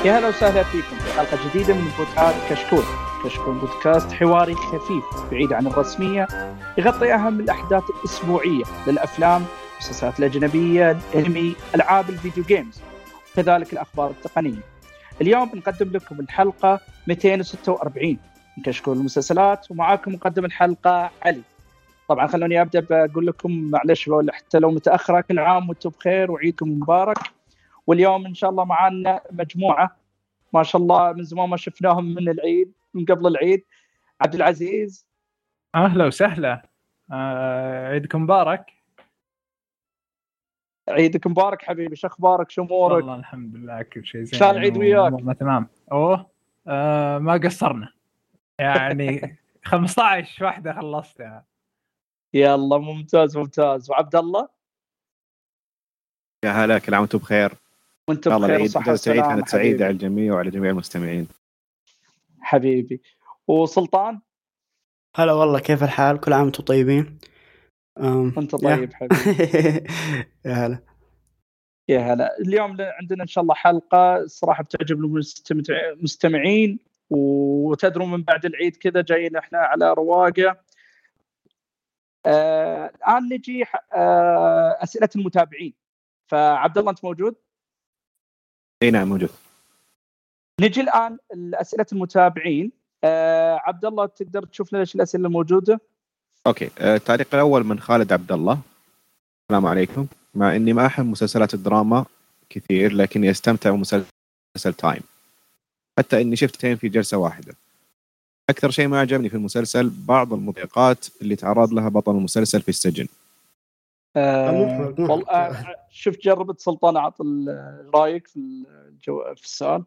يا هلا وسهلا فيكم في حلقة جديدة من بودكاست كشكول. كشكول بودكاست حواري خفيف بعيد عن الرسمية، يغطي أهم الأحداث الأسبوعية للأفلام، المسلسلات الأجنبية، الأنمي، ألعاب الفيديو جيمز، وكذلك الأخبار التقنية. اليوم بنقدم لكم الحلقة 246 من كشكول المسلسلات، ومعاكم مقدم الحلقة علي. طبعا خلوني أبدأ بقول لكم معلش حتى لو متأخرة، كل عام وانتم بخير وعيدكم مبارك. واليوم إن شاء الله معنا مجموعة ما شاء الله من زمان ما شفناهم من العيد، من قبل العيد. عبد العزيز أهلا وسهلا، عيدكم مبارك. عيدك مبارك حبيبي، شو أخبارك شو أمورك؟ والله الحمد لله كل شيء زين. شال العيد وياك؟ تمام. ما قصرنا يعني 15 واحدة خلصتها. يلا ممتاز ممتاز. وعبد الله يا هلا، كل عام وانتم بخير. وانت بخير وصحة وسلامة. كانت سعيدة على الجميع وعلى جميع المستمعين حبيبي. وسلطان هلا والله، كيف الحال؟ كل عام وانتم طيبين. وانت طيب حبيبي. يا هلا يا هلا. اليوم عندنا إن شاء الله حلقة صراحة بتعجب المستمعين، وتدرون من بعد العيد كذا جايين احنا على رواقة. الآن نجي أسئلة المتابعين. فعبد الله أنت موجود؟ اي نعم موجود. نجي الآن الأسئلة المتابعين. عبد الله تقدر تشوف لنا ايش الأسئلة الموجودة؟ اوكي، التعليق الأول من خالد عبد الله. السلام عليكم. مع اني ما احب مسلسلات الدراما كثير، لكني استمتع بمسلسل تايم، حتى اني شفتين في جلسة واحدة. اكثر شيء ما عجبني في المسلسل بعض المضايقات اللي تعرض لها بطل المسلسل في السجن. شوف جربت سلطان اعط رايك في السؤال.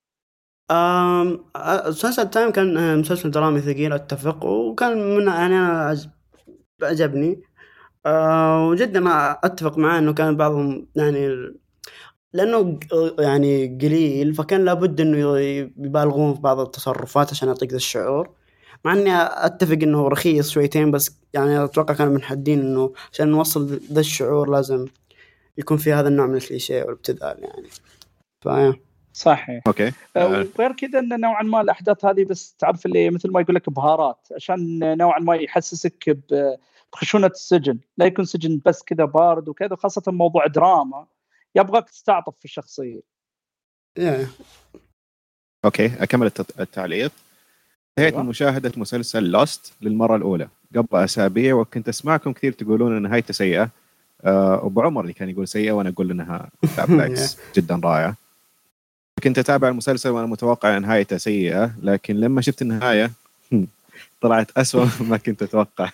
مسلسل تايم كان مسلسل درامي ثقيل، اتفق، وكان من يعني انا عجبني. وجدا ما اتفق معاه انه كان بعضهم يعني لانه يعني قليل، فكان لابد انه يبالغون في بعض التصرفات عشان يعطيك ذا الشعور. مع اني اتفق انه رخيص شويتين، بس يعني اتوقع كانوا منحدين انه عشان نوصل ذا الشعور لازم يكون في هذا النوع من الكليشيه والابتذال يعني. صحيح. اوكي. وغير كذا ان نوعا ما الاحداث هذه بس تعرف اللي مثل ما يقول لك بهارات، عشان نوعا ما يحسسك بخشونه السجن، لا يكون سجن بس كذا بارد وكذا، خاصه موضوع دراما يبغاك تستعطف في الشخصيه. اوكي، اكمل التعليق. انتهيت من مشاهدة مسلسل لوست للمرة الأولى قبل أسابيع، وكنت أسمعكم كثير تقولون أن نهايته سيئة. أبو عمر اللي كان يقول سيئة وأنا أقول إنها بالعكس جدا رائعة. كنت أتابع المسلسل وأنا متوقع أن نهايته سيئة، لكن لما شفت النهاية طلعت أسوأ مما كنت أتوقع.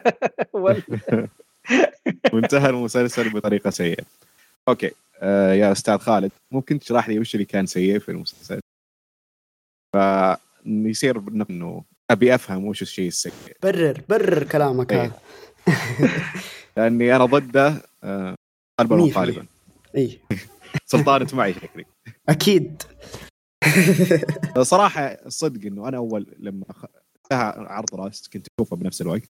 وانتهى المسلسل بطريقة سيئة. أوكي، يا أستاذ خالد، ممكن تشرح لي وش اللي كان سيء في المسلسل؟ يصير انه ابي افهم وش الشيء السيء. برر كلامك هذا. لاني انا ضده قلبا وقالبا. اي سلطان انت معي شكلي. اكيد. صراحه الصدق انه انا اول لما عرض راست كنت اشوفه بنفس الوقت،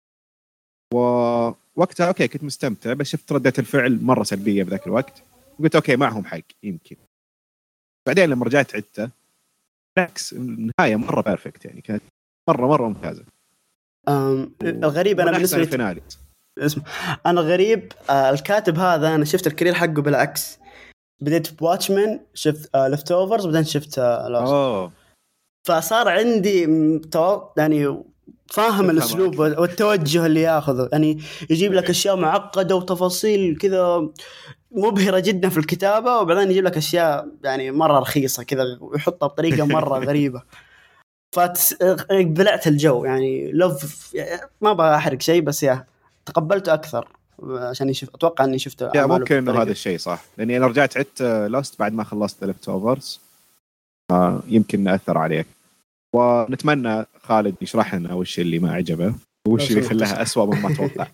ووقتها اوكي كنت مستمتع، بس شفت ردة الفعل مره سلبيه بذاك الوقت، وقلت اوكي معهم حق يمكن. بعدين لما رجعت عدته بالعكس، النهاية مرة بيرفكت، يعني كانت مرة ممتازة. الغريب أنا بالنسبة لي أنا غريب، الكاتب هذا أنا شفت الكارير حقه بالعكس. بديت بواتشمان، شفت ليفت أوفرز، بعدين شفت لوست. فصار عندي يعني فاهم الأسلوب والتوجه اللي يأخذه، يعني يجيب لك أشياء معقدة وتفاصيل كذا مبهرة جدا في الكتابة، وبعدين يجيب لك أشياء يعني مرة رخيصة كذا ويحطها بطريقة مرة غريبة. فبلعت الجو يعني ما بحرق شيء، بس تقبلته أكثر عشان أتوقع أني شفته. ممكن إنه هذا الشيء صح، لأني أنا رجعت عدت لوست بعد ما خلصت ليفت أوفرز، يمكن نأثر عليك. ونتمنى خالد يشرح لنا وش اللي ما عجبه وش اللي خلاها أسوأ مما أتوقع.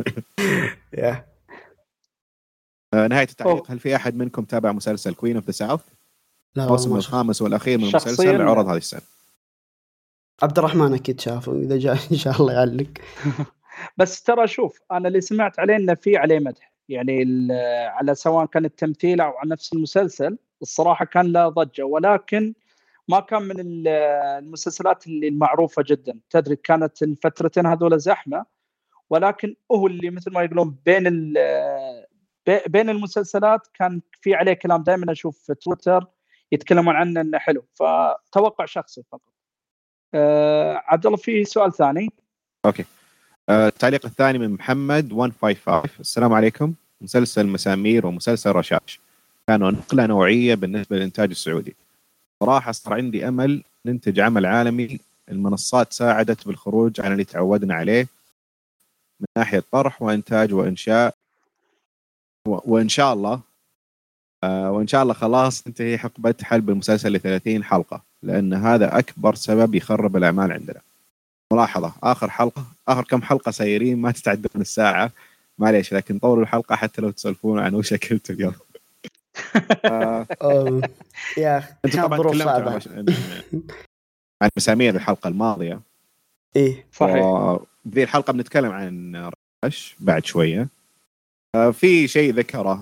نهاية التعليق. هل في أحد منكم تابع مسلسل كوين اوف ذا ساوث؟ الموسم الخامس والأخير من المسلسل عرض هذه السنة. عبد الرحمن أكيد شافه، إذا جاء إن شاء الله يعلق. بس ترى شوف، أنا اللي سمعت عليه إنه في عليه مدح، يعني على سواء كان التمثيل أو على نفس المسلسل، الصراحة كان له ضجة، ولكن ما كان من المسلسلات اللي المعروفة جدا. تدري كانت الفترتين هذول زحمة، ولكن هو اللي مثل ما يقولون بين المسلسلات كان في عليه كلام. دائما أشوف في تويتر يتكلمون عنه إنه حلو، فتوقع شخصي فقط. عبد الله في سؤال ثاني. اوكي. التعليق الثاني من محمد 155. السلام عليكم. مسلسل مسامير ومسلسل رشاش كانوا نقلة نوعية بالنسبة للإنتاج السعودي. صراحة صار عندي أمل ننتج عمل عالمي. المنصات ساعدت بالخروج عن اللي تعودنا عليه من ناحية طرح وإنتاج وإنشاء، وإن شاء الله خلاص تنتهي حقبة حلب المسلسل ل 30 حلقة، لأن هذا أكبر سبب يخرب الأعمال عندنا. ملاحظة، آخر كم حلقة سايرين ما تتعدون الساعة، معليش، لكن طولوا الحلقة حتى لو تسولفون عن وش أكلت اليوم. يا أنت طبعا تكلمت عن مسامير الحلقة الماضية. إيه صحيح. بذي الحلقة بنتكلم عن رشاش بعد شوية. في شيء ذكره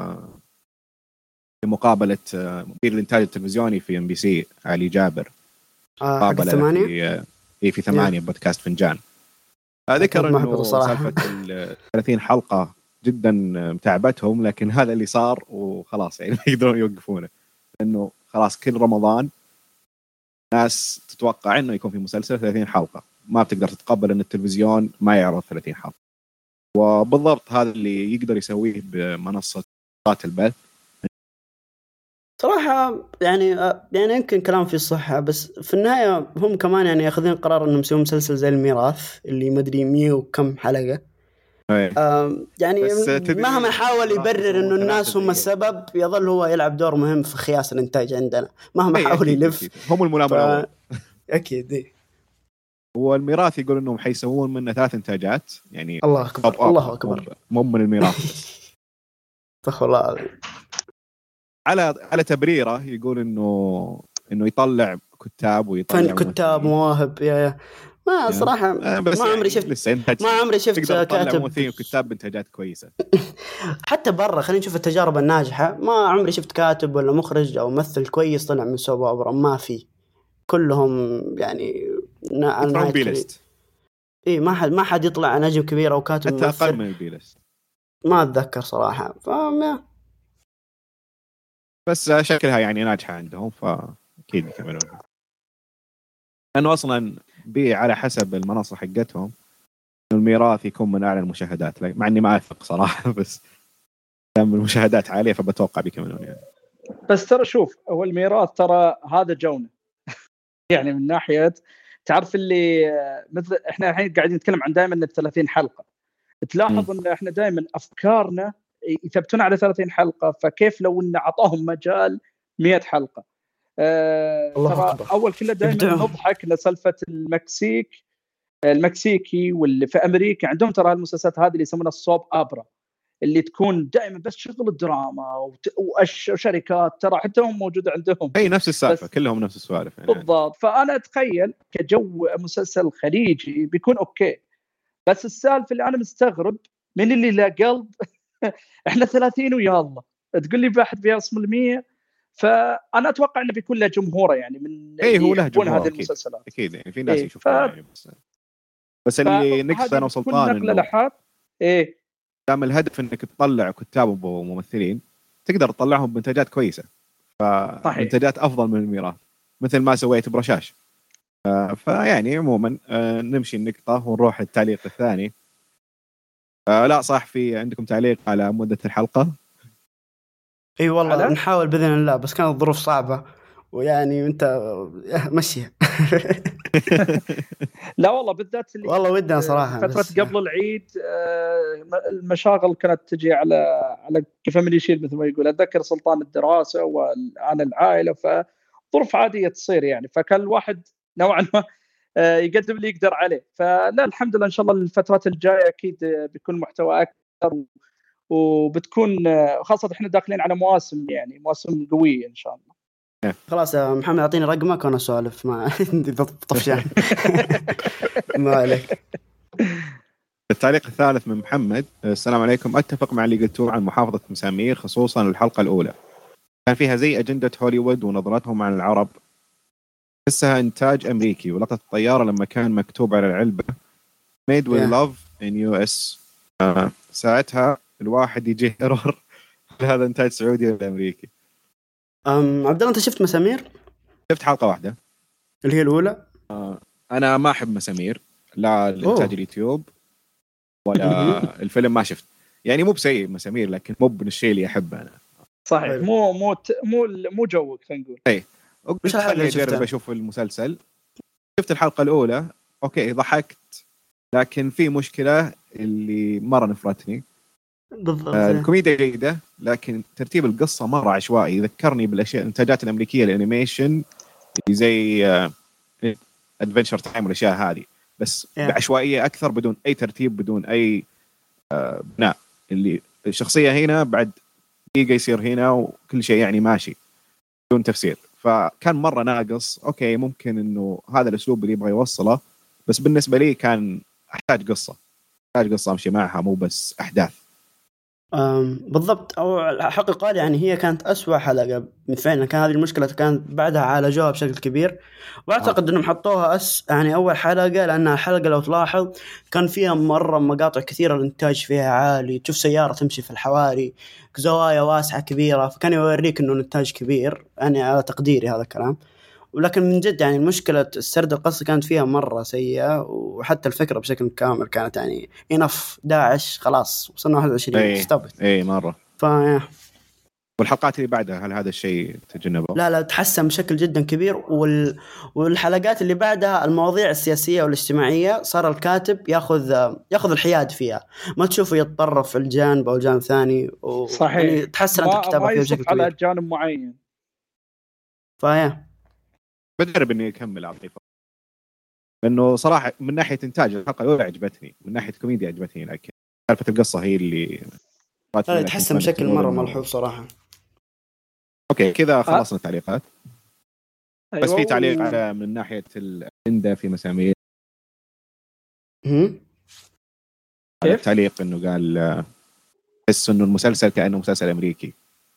في مقابلة مدير الإنتاج التلفزيوني في MBC علي جابر، مقابلة في 8 بودكاست فنجان. ذكر إنه سالفة 30 حلقة جدا تعبتهم، لكن هذا اللي صار وخلاص، يعني ما يقدرون يوقفونه، لأنه خلاص كل رمضان ناس تتوقع إنه يكون في مسلسل 30 حلقة، ما بتقدر تتقبل إن التلفزيون ما يعرض 30 حلقة. وبالضبط هذا اللي يقدر يسويه بمنصة البث. صراحة يعني يمكن كلام فيه الصحة، بس في النهاية هم كمان يعني ياخذين قرار إنهم يسوون مسلسل زي الميراث اللي مدري 100 وكم حلقة. يعني مهما حاول يبرر إنه الناس هم السبب، يظل هو يلعب دور مهم في خياس الإنتاج عندنا مهما حاول يلف. هم الملامة أكيد. هو الميراث يقول إنهم حيسوون منه 3 إنتاجات، يعني الله أكبر الله أكبر، مو من الميراث بس. استغفر الله. على تبريره يقول إنه يطلع كتاب ويطلع كتاب مواهب. يا ما صراحة ما عمري شفت كاتب وكتاب بإنتاجات كويسة. حتى برا خلينا نشوف التجارب الناجحة، ما عمري شفت كاتب ولا مخرج أو ممثل كويس طلع من سوبر أوبرا، ما في، كلهم يعني إيه ما حد يطلع نجم كبير أو كاتب حتى أقل من البيلست، ما أتذكر صراحة. بس شكلها يعني ناجحة عندهم، فأكيد يكملون، لأنه أصلا على حسب المنصة حقتهم الميراث يكون من أعلى المشاهدات، مع إني ما أثق صراحة، بس دام المشاهدات عالية فبتوقع بيكملون يعني. بس ترى شوف، هو الميراث ترى هذا جونة يعني من ناحية تعرف اللي مثل إحنا الحين قاعدين نتكلم عن دائما 30 حلقة، تلاحظ إن إحنا دائما أفكارنا يثبتون على 30 حلقة، فكيف لو إن عطاهم مجال 100 حلقة؟ ترى أول كله دائما نضحك لسلفة المكسيكي واللي في أمريكا عندهم ترى المسلسلات هذه اللي يسمونها الصوب أبرا، اللي تكون دائما بس شغل الدراما وشركات، ترى حتى هم موجودة عندهم أي نفس السالفة، كلهم نفس السوالف يعني. بالضبط. فأنا أتخيل كجو مسلسل خليجي بيكون أوكي، بس السالفة اللي أنا مستغرب من اللي لا قلب إحنا 30 ويا الله تقول لي واحد بيصل 100، فأنا أتوقع إنه بيكون له جمهوره يعني من هو له جمهور هذه المسلسلات أكيد يعني في ناس يشوفون يعني بس اللي نقص أنا وسلطان إنه دام الهدف إنك تطلع كتاب وممثلين تقدر تطلعهم بإنتاجات كويسة، فإنتاجات أفضل من الميراث مثل ما سويت برشاش. فيعني عموما نمشي النقطة ونروح للتعليق الثاني. لا صح، في عندكم تعليق على مدة الحلقة؟ اي والله نحاول باذن الله، بس كانت الظروف صعبه ويعني انت مشيها. لا والله بالذات اللي والله ودنا صراحه فتره قبل العيد المشاغل كانت تجي على كيف من يشيل مثل ما يقول. اتذكر سلطان الدراسه وانا العائله، فظروف عاديه تصير يعني، فكان الواحد نوعا ما يقدم اللي يقدر عليه. فلا الحمد لله ان شاء الله الفترات الجايه اكيد بيكون محتوى اكثر، وبتكون خاصة احنا داخلين على مواسم يعني مواسم قوية ان شاء الله. خلاص يا محمد اعطيني رقمك وانا اسولف مع طفشان. ما عليك. التعليق الثالث من محمد. السلام عليكم، اتفق مع اللي قلتوه عن محافظة مسامير خصوصا الحلقة الاولى، كان فيها زي أجندة هوليوود ونظرتهم عن العرب، تحسها إنتاج أمريكي. ولقطة الطيارة لما كان مكتوب على العلبة made with love in US، ساعتها الواحد يجي إيرور هذا إنتاج سعودي ولا أمريكي. عبد الله أنت شفت مسامير؟ شفت حلقة واحدة اللي هي الأولى. أنا ما أحب مسامير، لا الإنتاج اليوتيوب ولا الفيلم ما شفت. يعني مو بسيء مسامير، لكن مو بالشيء اللي أحبه أنا. صحيح، مو جوك خلينا نقول. اي مش خليني اجرب اشوف المسلسل. شفت الحلقه الاولى اوكي ضحكت، لكن في مشكله اللي مره نفرتني. بالضبط. الكوميديا جيده، لكن ترتيب القصه مره عشوائي، ذكرني بالاشياء الانتاجات الامريكيه الانيميشن زي ادفنتشر تايم والاشياء هذه، بس بعشوائيه اكثر، بدون اي ترتيب، بدون اي بناء. اللي الشخصيه هنا بعد دقيقة يصير هنا، وكل شيء يعني ماشي بدون تفسير. فكان مرة ناقص. أوكي ممكن إنه هذا الأسلوب اللي يبغى يوصله، بس بالنسبة لي كان أحتاج قصة أمشي معها، مو بس أحداث. بالضبط. أو الحقيقة يعني هي كانت أسوأ حلقة فعلا. كان هذه المشكلة كانت بعدها عالجوها بشكل كبير، وأعتقد إنهم حطوها يعني أول حلقة، لأن الحلقة لو تلاحظ كان فيها مرة مقاطع كثيرة، الإنتاج فيها عالي، تشوف سيارة تمشي في الحواري، زوايا واسعة كبيرة، فكان يوريك إنه الإنتاج كبير يعني على تقديري هذا الكلام. ولكن من جد يعني المشكلة السرد القصة كانت فيها مرة سيئة، وحتى الفكرة بشكل كامل كانت يعني إنف داعش خلاص وصلنا 21 استوبت. اي مرة. والحلقات اللي بعدها هل هذا الشيء تجنبه؟ لا تحسن بشكل جدا كبير. والحلقات اللي بعدها المواضيع السياسية والاجتماعية صار الكاتب ياخذ الحياد فيها، ما تشوفه يتطرف في الجانب أو جانب ثاني. صحيح. يعني تحسنت الكتابة فيه بشكل كبير على جانب معين. بدرب إني أكمل عاطفة، لأنه صراحة من ناحية إنتاج الحلقة الأولى عجبتني، من ناحية كوميديا عجبتني، لكن عارفة القصة هي اللي تحسن بشكل مرة ملحوظ صراحة. أوكي كذا خلصنا التعليقات. بس في تعليق على من ناحية الأجندة في مسامير. التعليق إنه قال حس إنه المسلسل كأنه مسلسل أمريكي.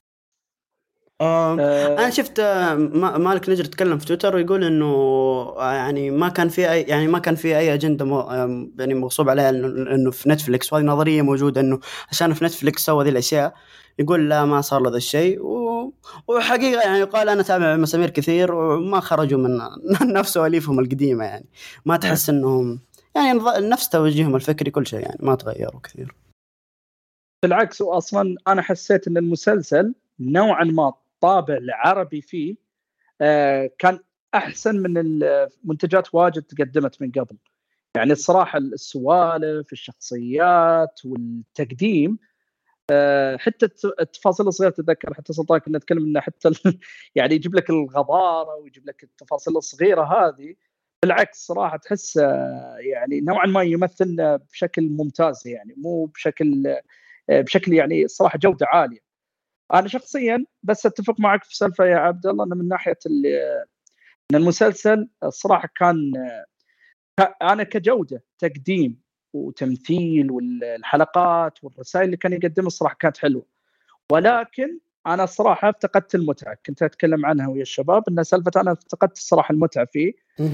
أنا شفت مالك نجر تكلم في تويتر ويقول إنه يعني ما كان في أي أجندة يعني مغصوب عليها إنه في نتفليكس، وهذه نظرية موجودة إنه عشان في نتفليكس سوى ذي الأشياء. يقول لا ما صار له ذا الشيء، وحقيقة يعني قال أنا تابع مسامير كثير وما خرجوا من نفس أليفهم القديمة، يعني ما تحس إنهم يعني نفس توجههم الفكري كل شيء، يعني ما تغيروا كثير. بالعكس، وأصلا أنا حسيت إن المسلسل نوعا ما طابع العربي فيه كان أحسن من المنتجات واجد تقدمت من قبل. يعني الصراحة السوالف، الشخصيات والتقديم، حتى التفاصيل الصغيرة. تذكر حتى سلطان كنا نتكلم إنه حتى يعني يجيب لك الغبارة ويجيب لك التفاصيل الصغيرة هذه. بالعكس صراحة تحس يعني نوعا ما يمثلنا بشكل ممتاز، يعني مو بشكل يعني صراحة جودة عالية. أنا شخصيا بس أتفق معك في سالفة يا عبد الله، أن من ناحية أن المسلسل الصراحة كان أنا كجودة تقديم وتمثيل والحلقات والرسائل اللي كان يقدمها الصراحة كانت حلوة. ولكن أنا الصراحة افتقدت المتعة، كنت أتكلم عنها ويا الشباب، أن سالفة أنا افتقدت الصراحة المتعة فيه.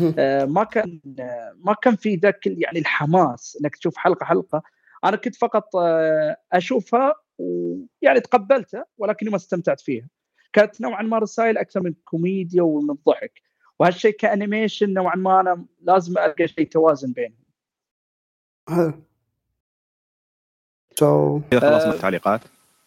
ما كان في ذاك يعني الحماس انك تشوف حلقة. انا كنت فقط اشوفها ويعني تقبلتها، ولكني ما استمتعت فيها. كانت نوعا ما رسائل اكثر من كوميديا ومن ضحك، وهالشيء كانيميشن نوعا ما انا لازم القى شيء توازن بينهم. خلصنا التعليقات.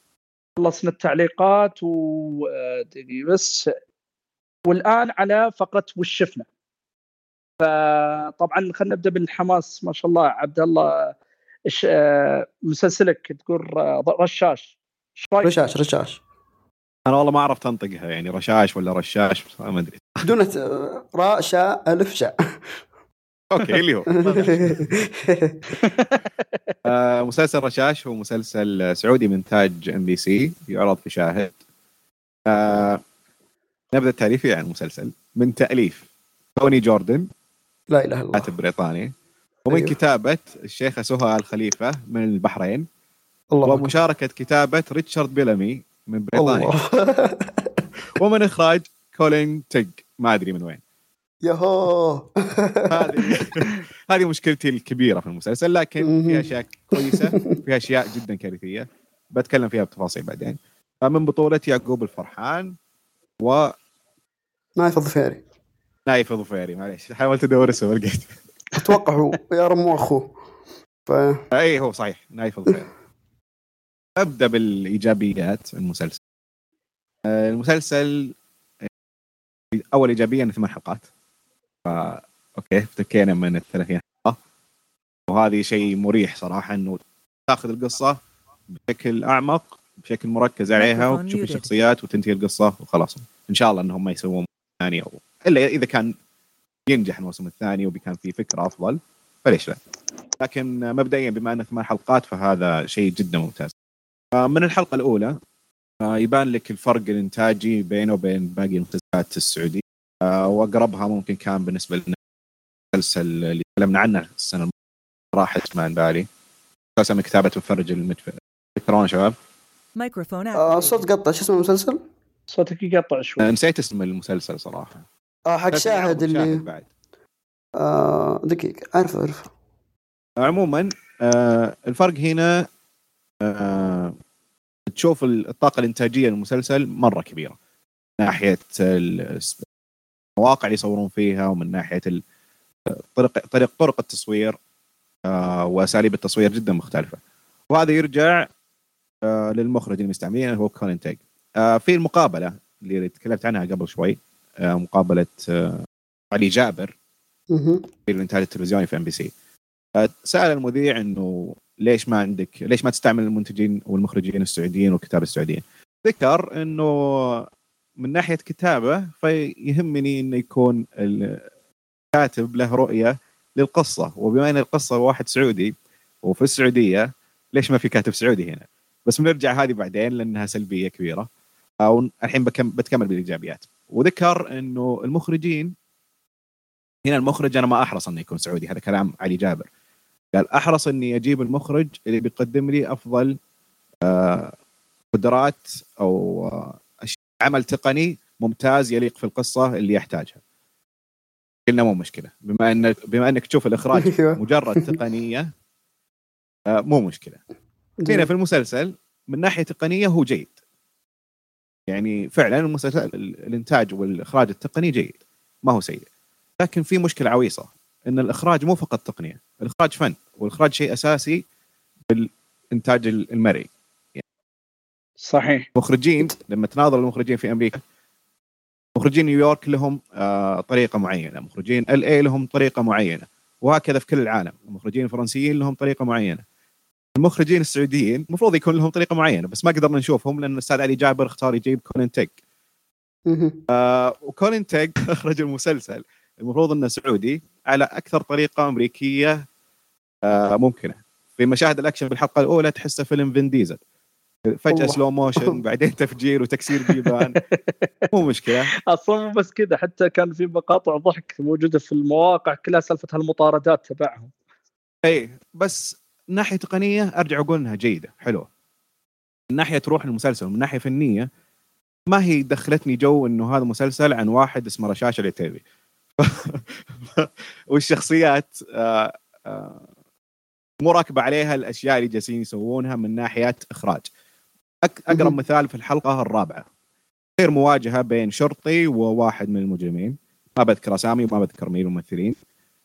بس والآن على فقرة وش شفنا. فطبعا خلينا نبدأ بالحماس. ما شاء الله عبد الله، مسلسلك تقول رشاش. رشاش أنا والله ما عرفت أنطقها، يعني رشاش ولا رشاش ما أدري. دون راء شاء ألف شاء. أوكي اللي هو مسلسل رشاش هو مسلسل سعودي من إنتاج MBC، يعرض في شاهد. نبدأ التعريفي عن المسلسل. من تأليف توني جوردن، لا إله إلا الله، كاتب بريطاني، ومن كتابة الشيخة سهى الخليفة من البحرين، ومشاركة كتابة ريتشارد بيلامي من بريطانيا. ومن إخراج كولين تيج، ما أدري من وين. ياهو هذه مشكلتي الكبيرة في المسلسل، لكن في أشياء كويسة، في أشياء جدا كارثية بتكلم فيها بتفاصيل بعدين. من بطولة يعقوب الفرحان و نايف الظفيري. نايف الظفيري، معليش حاولت أدور اسمه لقيت. أتوقع هو يا رمو أخوه. أي هو صحيح نايف الظفيري. أبدأ بالإيجابيات المسلسل. المسلسل أول إيجابية 8 حلقات. أوكي ابتكينا من 30 حلقة، وهذه شيء مريح صراحة إنه تأخذ القصة بشكل أعمق، بشكل مركز عليها، وتشوف الشخصيات وتنتهي القصة وخلاص. إن شاء الله إنهم ما يسوون ثاني، أو إلا إذا كان ينجح الموسم الثاني وبيكان فيه فكرة أفضل فليش لا. لكن مبدئيا بما أنه 8 حلقات فهذا شيء جدا ممتاز. من الحلقة الأولى يبان لك الفرق الإنتاجي بينه وبين باقي المسلسلات السعودية، وأقربها ممكن كان بالنسبة للمسلسل اللي تكلمنا عنه السنة راحت ما بالي، مسلسل من كتابة مفرج المدفع. تذكرونه شباب؟ مايكروفون صوت قطع. شو اسم المسلسل؟ صوتك يقطع شوي. نسيت اسم المسلسل صراحة. حق شاهد اللي بعد. دقيقة أعرف. عموما الفرق هنا تشوف الطاقة الإنتاجية للمسلسل مرة كبيرة من ناحية المواقع اللي يصورون فيها، ومن ناحية طرق التصوير وأساليب التصوير جدا مختلفة. وهذا يرجع للمخرج المستعملين هو كولين تيج. في المقابلة اللي تكلمت عنها قبل شوي، مقابلة علي جابر في الإنتاج التلفزيوني في MBC، سأل المذيع إنه ليش ما تستعمل المنتجين والمخرجين السعوديين والكتاب السعوديين. ذكر إنه من ناحية كتابة فيهمني إنه يكون الكاتب له رؤية للقصة، وبما أن القصة واحد سعودي وفي السعودية ليش ما في كاتب سعودي هنا. بس بنرجع هذه بعدين لأنها سلبية كبيرة، أو الحين بتكمل بالإيجابيات. وذكر إنه المخرجين هنا، المخرج أنا ما أحرص أنه يكون سعودي، هذا كلام علي جابر. قال أحرص أني أجيب المخرج اللي بيقدم لي أفضل قدرات أو عمل تقني ممتاز يليق في القصة اللي يحتاجها. قلنا مو مشكلة، بما أنك تشوف الإخراج مجرد تقنية مو مشكلة. هنا في المسلسل من ناحية تقنية هو جيد، يعني فعلا المسلسل الإنتاج والإخراج التقني جيد ما هو سيء. لكن في مشكلة عويصة، إن الإخراج مو فقط تقنية، الإخراج فن، والإخراج شيء أساسي بالإنتاج المرئي. يعني صحيح. مخرجين لما تناظر المخرجين في أمريكا، مخرجين نيويورك لهم طريقة معينة، مخرجين LA لهم طريقة معينة، وهكذا في كل العالم. المخرجين الفرنسيين لهم طريقة معينة. المخرجين السعوديين مفروض يكون لهم طريقة معينة، بس ما قدرنا نشوفهم لأن الأستاذ علي جابر اختار يجيب كولين تيج. وكولين تيج أخرج المسلسل المفروض أنه سعودي على أكثر طريقة أمريكية ممكنة. في مشاهد الأكشن بالحلقة الأولى تحسه فيلم فين ديزل، فجأة سلو موشن، بعدين تفجير وتكسير جيبان. مو مشكلة أصلا بس كده، حتى كان في مقاطع ضحك موجودة في المواقع كلها سالفة المطاردات تبعهم. أي بس من ناحية تقنية أرجع أقول إنها جيدة حلوة. من ناحية روح المسلسل ومن ناحية فنية ما هي دخلتني جو إنه هذا مسلسل عن واحد اسمه رشاش العتيبي والشخصيات مو راكبة عليها الأشياء اللي جالسين يسوونها من ناحية إخراج. أقرب مثال في الحلقة الرابعة، غير مواجهة بين شرطي وواحد من المجرمين، ما بذكر أسامي وما بذكر مين الممثلين.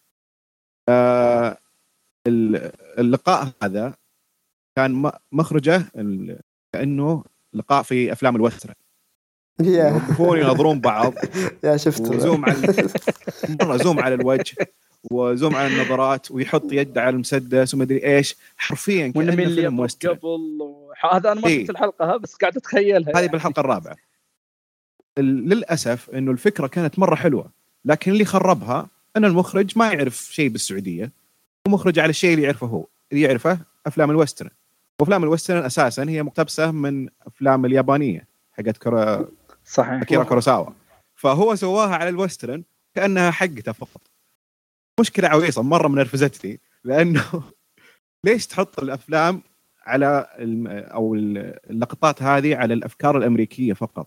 اللقاء هذا كان مخرجه كأنه لقاء في أفلام الوسترن، يوقفون ينظرون بعض يا شفت وزوم على مرة زوم على الوجه وزوم على النظرات، ويحط يده على المسدس وما ادري ايش، حرفيا كأنه فيلم وسترن. هذا انا ما شفت الحلقه بس قاعد اتخيلها. هذه يعني بالحلقه الرابعه. للاسف انه الفكره كانت مره حلوه، لكن اللي خربها ان المخرج ما يعرف شيء بالسعوديه، ومخرج على الشيء اللي يعرفه هو، اللي يعرفه افلام الوسترن. وافلام الوسترن اساسا هي مقتبسه من افلام اليابانيه حقت صحيح أكيرا كوروساوا، فهو سواها على الوسترن كأنها حقته فقط. مشكلة عويصة مرة منرفزتني، لأنه ليش تحط الأفلام على أو اللقطات هذه على الأفكار الأمريكية فقط؟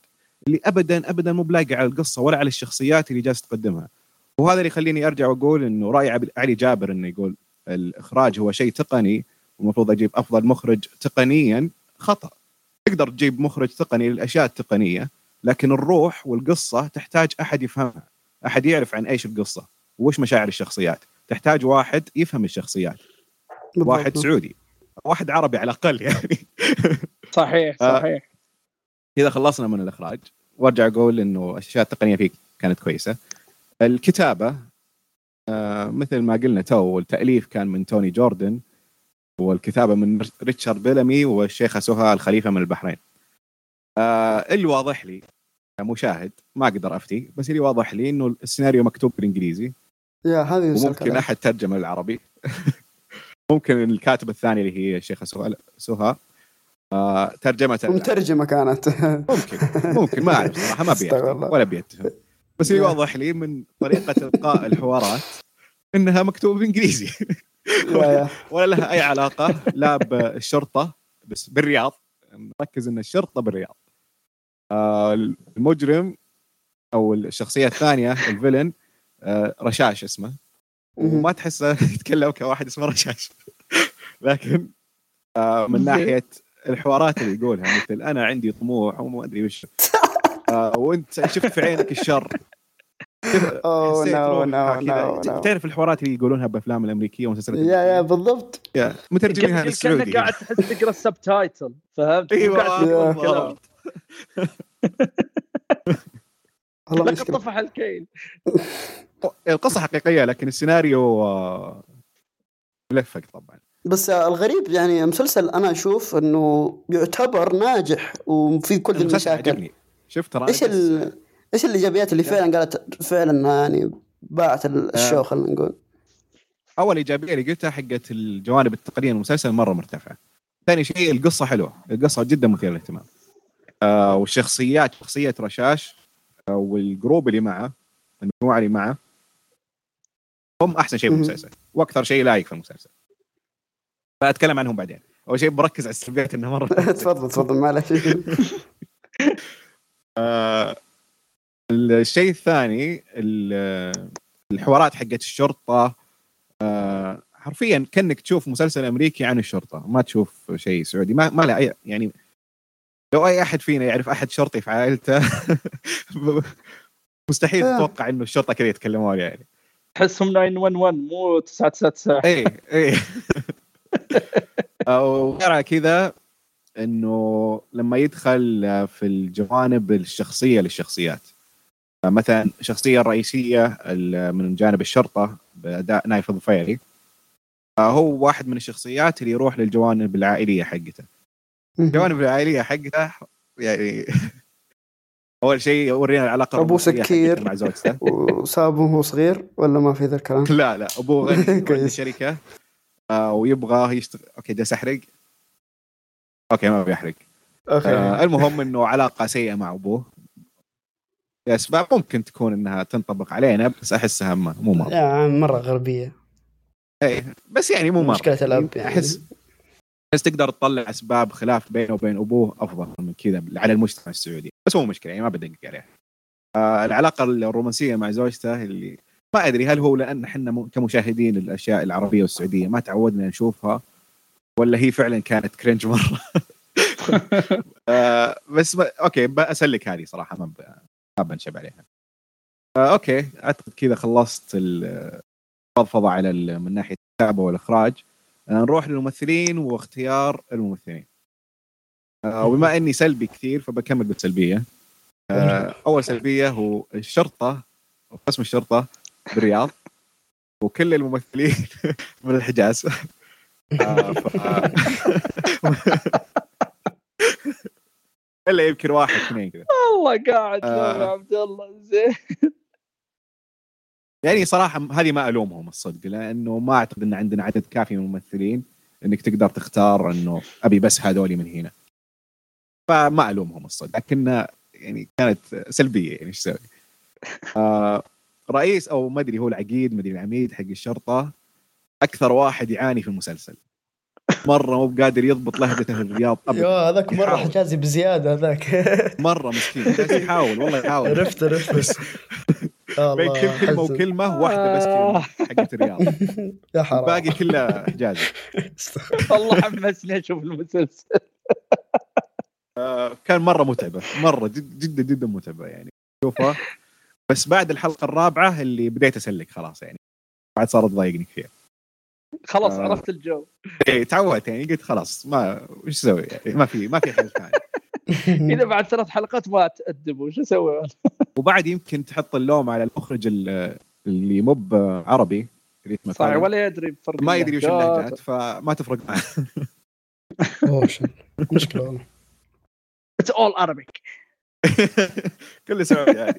اللي ابدا مو بلاقي على القصه ولا على الشخصيات اللي جالس تقدمها. وهذا اللي يخليني ارجع واقول انه راي علي جابر انه يقول الاخراج هو شيء تقني ومفروض اجيب افضل مخرج تقنيا، خطا. تقدر تجيب مخرج تقني للاشياء التقنيه، لكن الروح والقصه تحتاج احد يفهمها، احد يعرف عن ايش القصه وش مشاعر الشخصيات. تحتاج واحد يفهم الشخصيات، واحد سعودي، واحد عربي على الاقل يعني. صحيح. إذا خلصنا من الإخراج وارجع أقول إنه الأشياء التقنية فيه كانت كويسة. الكتابة مثل ما قلنا والتأليف كان من توني جوردن، والكتابة من ريتشارد بيلامي والشيخة سهى الخليفة من البحرين. اللي واضح لي كمشاهد، ما أقدر أفتي، بس اللي واضح لي إنه السيناريو مكتوب بالإنجليزي، وممكن أحد ترجمة للعربي. ممكن الكاتب الثاني اللي هي الشيخة سهى ترجمتها مترجمة كانت. ممكن ما أعرف صراحة، ما بيتفهم ولا بيتفهم، بس اللي واضح لي من طريقة إلقاء الحوارات إنها مكتوبة بالإنجليزي. ولا لها أي علاقة لا بالشرطة، بس بالرياض. نركز إن الشرطة بالرياض. المجرم أو الشخصية الثانية الفيلن رشاش اسمه، وما تحسه يتكلم كواحد اسمه رشاش. لكن من ناحية الحوارات اللي يقولها مثل أنا عندي طموح وما أدري وش، وأنت شفت في عينك الشر. تعرف الحوارات اللي يقولونها بأفلام الأمريكية ومسلسلات يا بالضبط، مترجمينها للسعودي. كأنك قاعد تحس تقرأ السبتايتل، فهمت؟ أيوة. لا طفح الكيل. القصة حقيقية لكن السيناريو ملفق طبعا. بس الغريب يعني مسلسل أنا أشوف إنه يعتبر ناجح وفي كل المشاكل. شفت إيش الإيجابيات اللي فعلا قالت فعلا يعني باعت الشو؟ خلينا نقول أول إيجابية اللي قلتها حقت الجوانب التقنية المسلسل مرة مرتفعة. ثاني شيء القصة حلوة، القصة جدا مثيرة للاهتمام. والشخصيات، شخصية رشاش والجروب اللي معه، المجموعة اللي معه، هم أحسن شيء في المسلسل وأكثر شيء لايق في المسلسل. فأتكلم عنهم بعدين. أول شيء بركز على السلبيات إنه مرة. تفضل معلش. الشيء الثاني الحوارات حقت الشرطة، حرفيا كأنك تشوف مسلسل أمريكي عن الشرطة، ما تشوف شيء سعودي. ما له أي يعني، لو أي أحد فينا يعرف أحد شرطي في عائلته مستحيل تتوقع إنه الشرطة كذا يتكلمون يعني. تحسهم 911 مو 999. إيه. وغير كذا إنه لما يدخل في الجوانب الشخصية للشخصيات، مثلا الشخصية الرئيسية من جانب الشرطة بأداء نايف الضفيري، هو واحد من الشخصيات اللي يروح للجوانب العائلية حقته. الجوانب العائلية حقته يعني أول شيء يورينا العلاقة أبوه سكير مع زوجته وصابه وهو صغير، ولا ما في ذا الكلام؟ لا أبوه غني عنده شركة ويبغى يشتغل. أوكي ده سحرق. أوكي ما بيحرق. المهم إنه علاقة سيئة مع أبوه لأسباب ممكن تكون إنها تنطبق علينا، بس أحسها مو مرة غربية. بس يعني مو مرة مشكلة الأب يعني. أحس تقدر تطلع أسباب خلاف بينه وبين أبوه أفضل من كذا على المجتمع السعودي، بس مو مشكلة يعني ما بدقق عليها. العلاقة الرومانسية مع زوجته اللي ما أدري هل هو لأن حنا كمشاهدين الأشياء العربية والسعودية ما تعودنا نشوفها، ولا هي فعلا كانت كرنج مرة. بس أوكي بأسلك هذه صراحة ما بنشب عليها. أوكي أعتقد كذا خلصت الفضفضة على من ناحية الكتابة والإخراج. نروح للممثلين واختيار الممثلين. وبما أني سلبي كثير فبكمل بالسلبية. أول سلبية هو الشرطة، قسم الشرطة بالرياض وكل الممثلين من الحجاز. إلا يمكن واحد اثنين كذا. والله قاعد يا عبد الله زين. يعني صراحة هذه ما ألومهم الصدق، لأنه ما أعتقد أن عندنا عدد كافي من الممثلين إنك تقدر تختار إنه أبي بس هذولي من هنا، فما ألومهم الصدق. لكن يعني كانت سلبية يعني إيش سوي. رئيس أو ما أدري هو العقيد، ما أدري العميد حق الشرطة، أكثر واحد يعاني في المسلسل. مره مو قادر يضبط لهجته الرياض يا هذاك مره حجازي بزياده هذاك مره مسكين بس يحاول والله يحاول عرفت بس بين كلمه وكلمه واحده بس حقت الرياض يا حرام الباقي كله حجازي. والله حمسني اشوف المسلسل. كان مره متعبه مره جدا جدا متعبه يعني شوفها. بس بعد الحلقه الرابعه اللي بديت اسلك خلاص يعني بعد صارت تضايقني كثير خلاص عرفت الجو. ايه تعودت يعني قلت خلاص ما وش اسوي يعني ما في حل ثاني. اذا بعد 3 حلقات ما تأدب وش اسوي؟ وبعد يمكن تحط اللوم على المخرج اللي مو عربي اللي صحيح ولا يدري بفرق ما يدري وش اللهجات فما تفرق معه. اوه مشكله والله. It's all Arabic. كل سعودي يعني.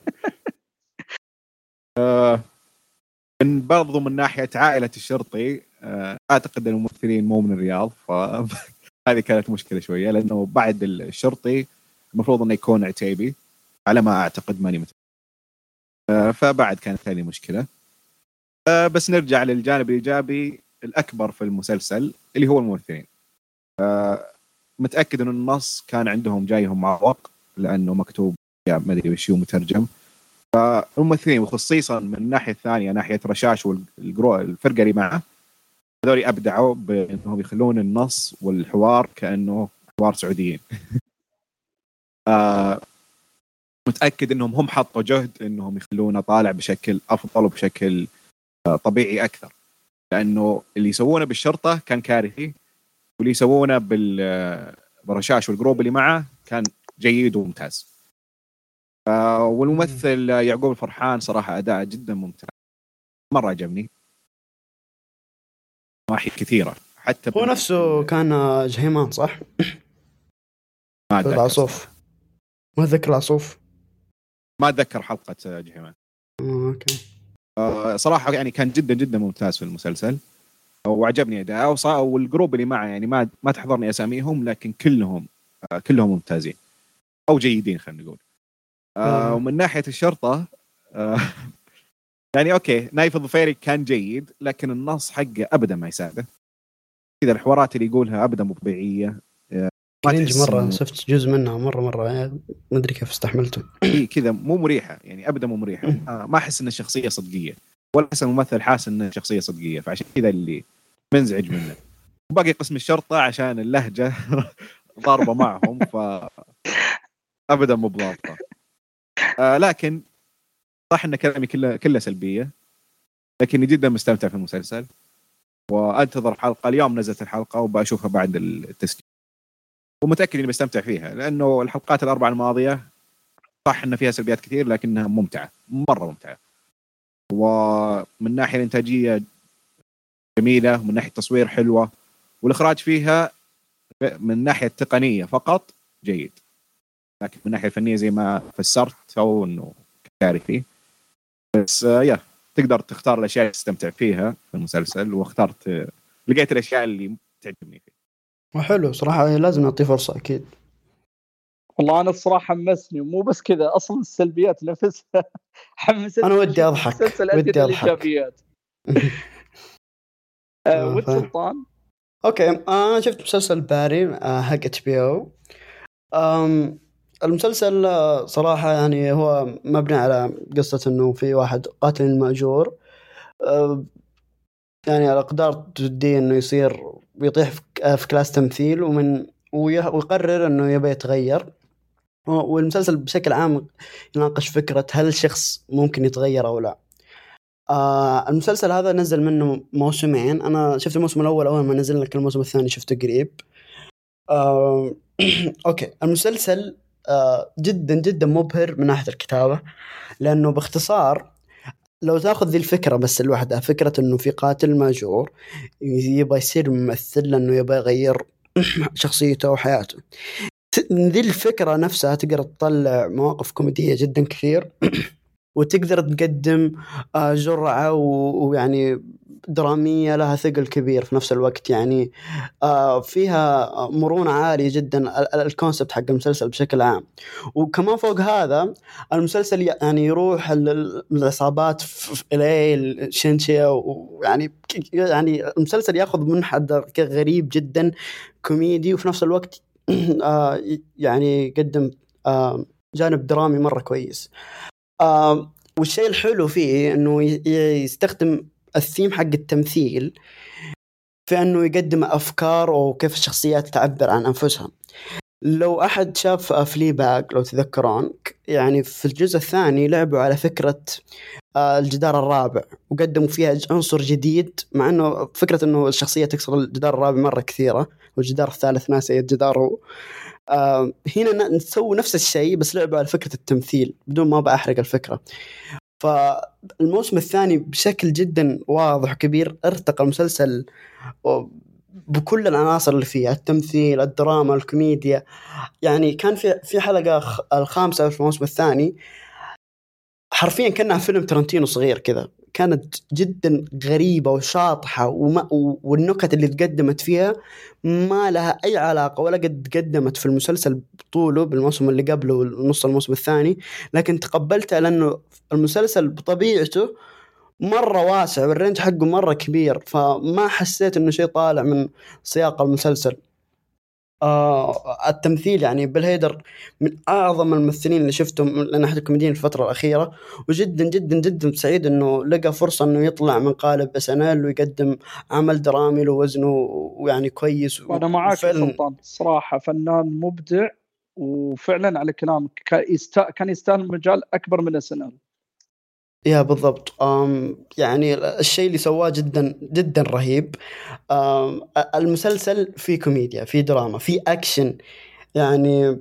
من برضو من ناحية عائلة الشرطي أعتقد أن الممثلين مو من الرياض فهذه كانت مشكلة شوية لأنه بعد الشرطي المفروض أنه يكون عتيبي على ما أعتقد ماني متأكد فبعد كانت هذه مشكلة. بس نرجع للجانب الإيجابي الأكبر في المسلسل اللي هو الممثلين. متأكد أن النص كان عندهم جايهم معوق لأنه مكتوب ما أدري وش هو مترجم. فالممثلين وخصيصا من الناحية الثانية ناحية رشاش والفرقة اللي معه هذول أبدعوا بأنهم يخلون النص والحوار كأنه حوار سعوديين. متأكد أنهم هم حطوا جهد أنهم يخلونه طالع بشكل أفضل وبشكل طبيعي أكثر لأنه اللي يسوونه بالشرطة كان كارثي واللي يسوونه بالرشاش والجروب اللي معه كان جيد وممتاز. والممثل يعقوب الفرحان صراحة أداء جدا ممتاز مرة عجبني نواحي كثيرة حتى هو نفسه كان جهيمان صح؟ ما العصوف ما أتذكر العصوف ما أتذكر حلقة جهيمان. أوكي. صراحة يعني كان جدا جدا ممتاز في المسلسل وعجبني أداءه والجروب اللي معه يعني ما تحضرني أساميهم لكن كلهم ممتازين أو جيدين خلينا نقول. ومن ناحية الشرطة يعني أوكي نايف الظفيري كان جيد لكن النص حقه أبدا ما يساعده كذا الحوارات اللي يقولها أبدا مو طبيعية كرينج مرة شفت جزء منها مرة ما أدري كيف استحملته كذا مو مريحة يعني أبدا مو مريحة ما أحس إن الشخصية صدقية ولا أحس الممثل حاس إن الشخصية صدقية فعشان كذا اللي منزعج منه. وباقي قسم الشرطة عشان اللهجة ضاربة معهم أبدا مو بضابطة. لكن صح إن كلامي كله سلبية لكني جدا مستمتع في المسلسل وأنتظر حلقة. اليوم نزلت الحلقة وبأشوفها بعد التسجيل ومتأكد إني بستمتع فيها لأنه الحلقات الأربعة الماضية صح إن فيها سلبيات كثير لكنها ممتعة مرة ممتعة. ومن ناحية الإنتاجية جميلة من ناحية التصوير حلوة والإخراج فيها من ناحية التقنية فقط جيد لكن من الناحية الفنية زي ما فسرت أو إنه كارثي. بس تقدر تختار الأشياء اللي تستمتع فيها في المسلسل واخترت لقيت الأشياء اللي تعجبني فيه. وحلو صراحة لازم نعطيه فرصة أكيد. والله أنا الصراحة حمسني ومو بس كذا أصلا السلبيات نفسها حمستني. أنا ودي أضحك الإيجابيات. والسلطان أوكي أنا شفت مسلسل باري حق HBO. المسلسل صراحة يعني هو مبني على قصة إنه في واحد قاتل مأجور يعني على أقدار توديه إنه يصير بيطيح في كلاس تمثيل ويقرر إنه يبي يتغير. والمسلسل بشكل عام يناقش فكرة هل الشخص ممكن يتغير أو لا. المسلسل هذا نزل منه موسمين. أنا شفت الموسم الأول أول ما نزل لكن الموسم الثاني شفته قريب. أوكي المسلسل جدا جدا مبهر من ناحية الكتابة لأنه باختصار لو تأخذ ذي الفكرة بس الوحدة فكرة أنه في قاتل مأجور يبغى يصير ممثل لأنه يبغى يغير شخصيته وحياته. ذي الفكرة نفسها تقدر تطلع مواقف كوميدية جدا كثير وتقدر تقدم جرعة ويعني درامية لها ثقل كبير في نفس الوقت. يعني فيها مرونة عالية جدا الكونسبت حق المسلسل بشكل عام. وكمان فوق هذا المسلسل يعني يروح العصابات في إليه شينشيا، ويعني المسلسل ياخذ منحدر غريب جدا كوميدي، وفي نفس الوقت يعني يقدم جانب درامي مرة كويس. والشيء الحلو فيه انه يستخدم الثيم حق التمثيل في انه يقدم افكار وكيف الشخصيات تعبر عن انفسها. لو احد شاف فليباغ لو تذكرون، يعني في الجزء الثاني لعبوا على فكرة الجدار الرابع وقدموا فيها عنصر جديد، مع انه فكرة انه الشخصية تكسر الجدار الرابع مرة كثيرة، والجدار الثالث ناسي الجدار هو. هنا نسوي نفس الشيء بس لعبوا على فكرة التمثيل بدون ما بأحرق الفكرة. فالموسم الثاني بشكل جدا واضح وكبير ارتقى المسلسل بكل العناصر اللي فيها، التمثيل، الدراما، الكوميديا. يعني كان في حلقة الخامسة في الموسم الثاني حرفيا كأنها فيلم ترنتينو صغير كذا، كانت جدا غريبة وشاطحة، والنكت اللي تقدمت فيها ما لها أي علاقة ولا قد قدمت في المسلسل طوله بالموسم اللي قبله ونص الموسم الثاني، لكن تقبلتها لأنه المسلسل بطبيعته مرة واسع والرينج حقه مرة كبير، فما حسيت إنه شيء طالع من سياق المسلسل. التمثيل يعني بيل هيدر من أعظم الممثلين اللي شفتهم من أحد الكوميديين في الفترة الأخيرة، وجدا جدا جدا سعيد إنه لقى فرصة إنه يطلع من قالب SNL ويقدم عمل درامي له وزنه ويعني كويس. وأنا معاك سلطان، صراحة فنان مبدع، وفعلا على كلامك كان يستاهل مجال أكبر من SNL. يا بالضبط. يعني الشيء اللي سواه جدا جدا رهيب. المسلسل فيه كوميديا، فيه دراما، فيه أكشن. يعني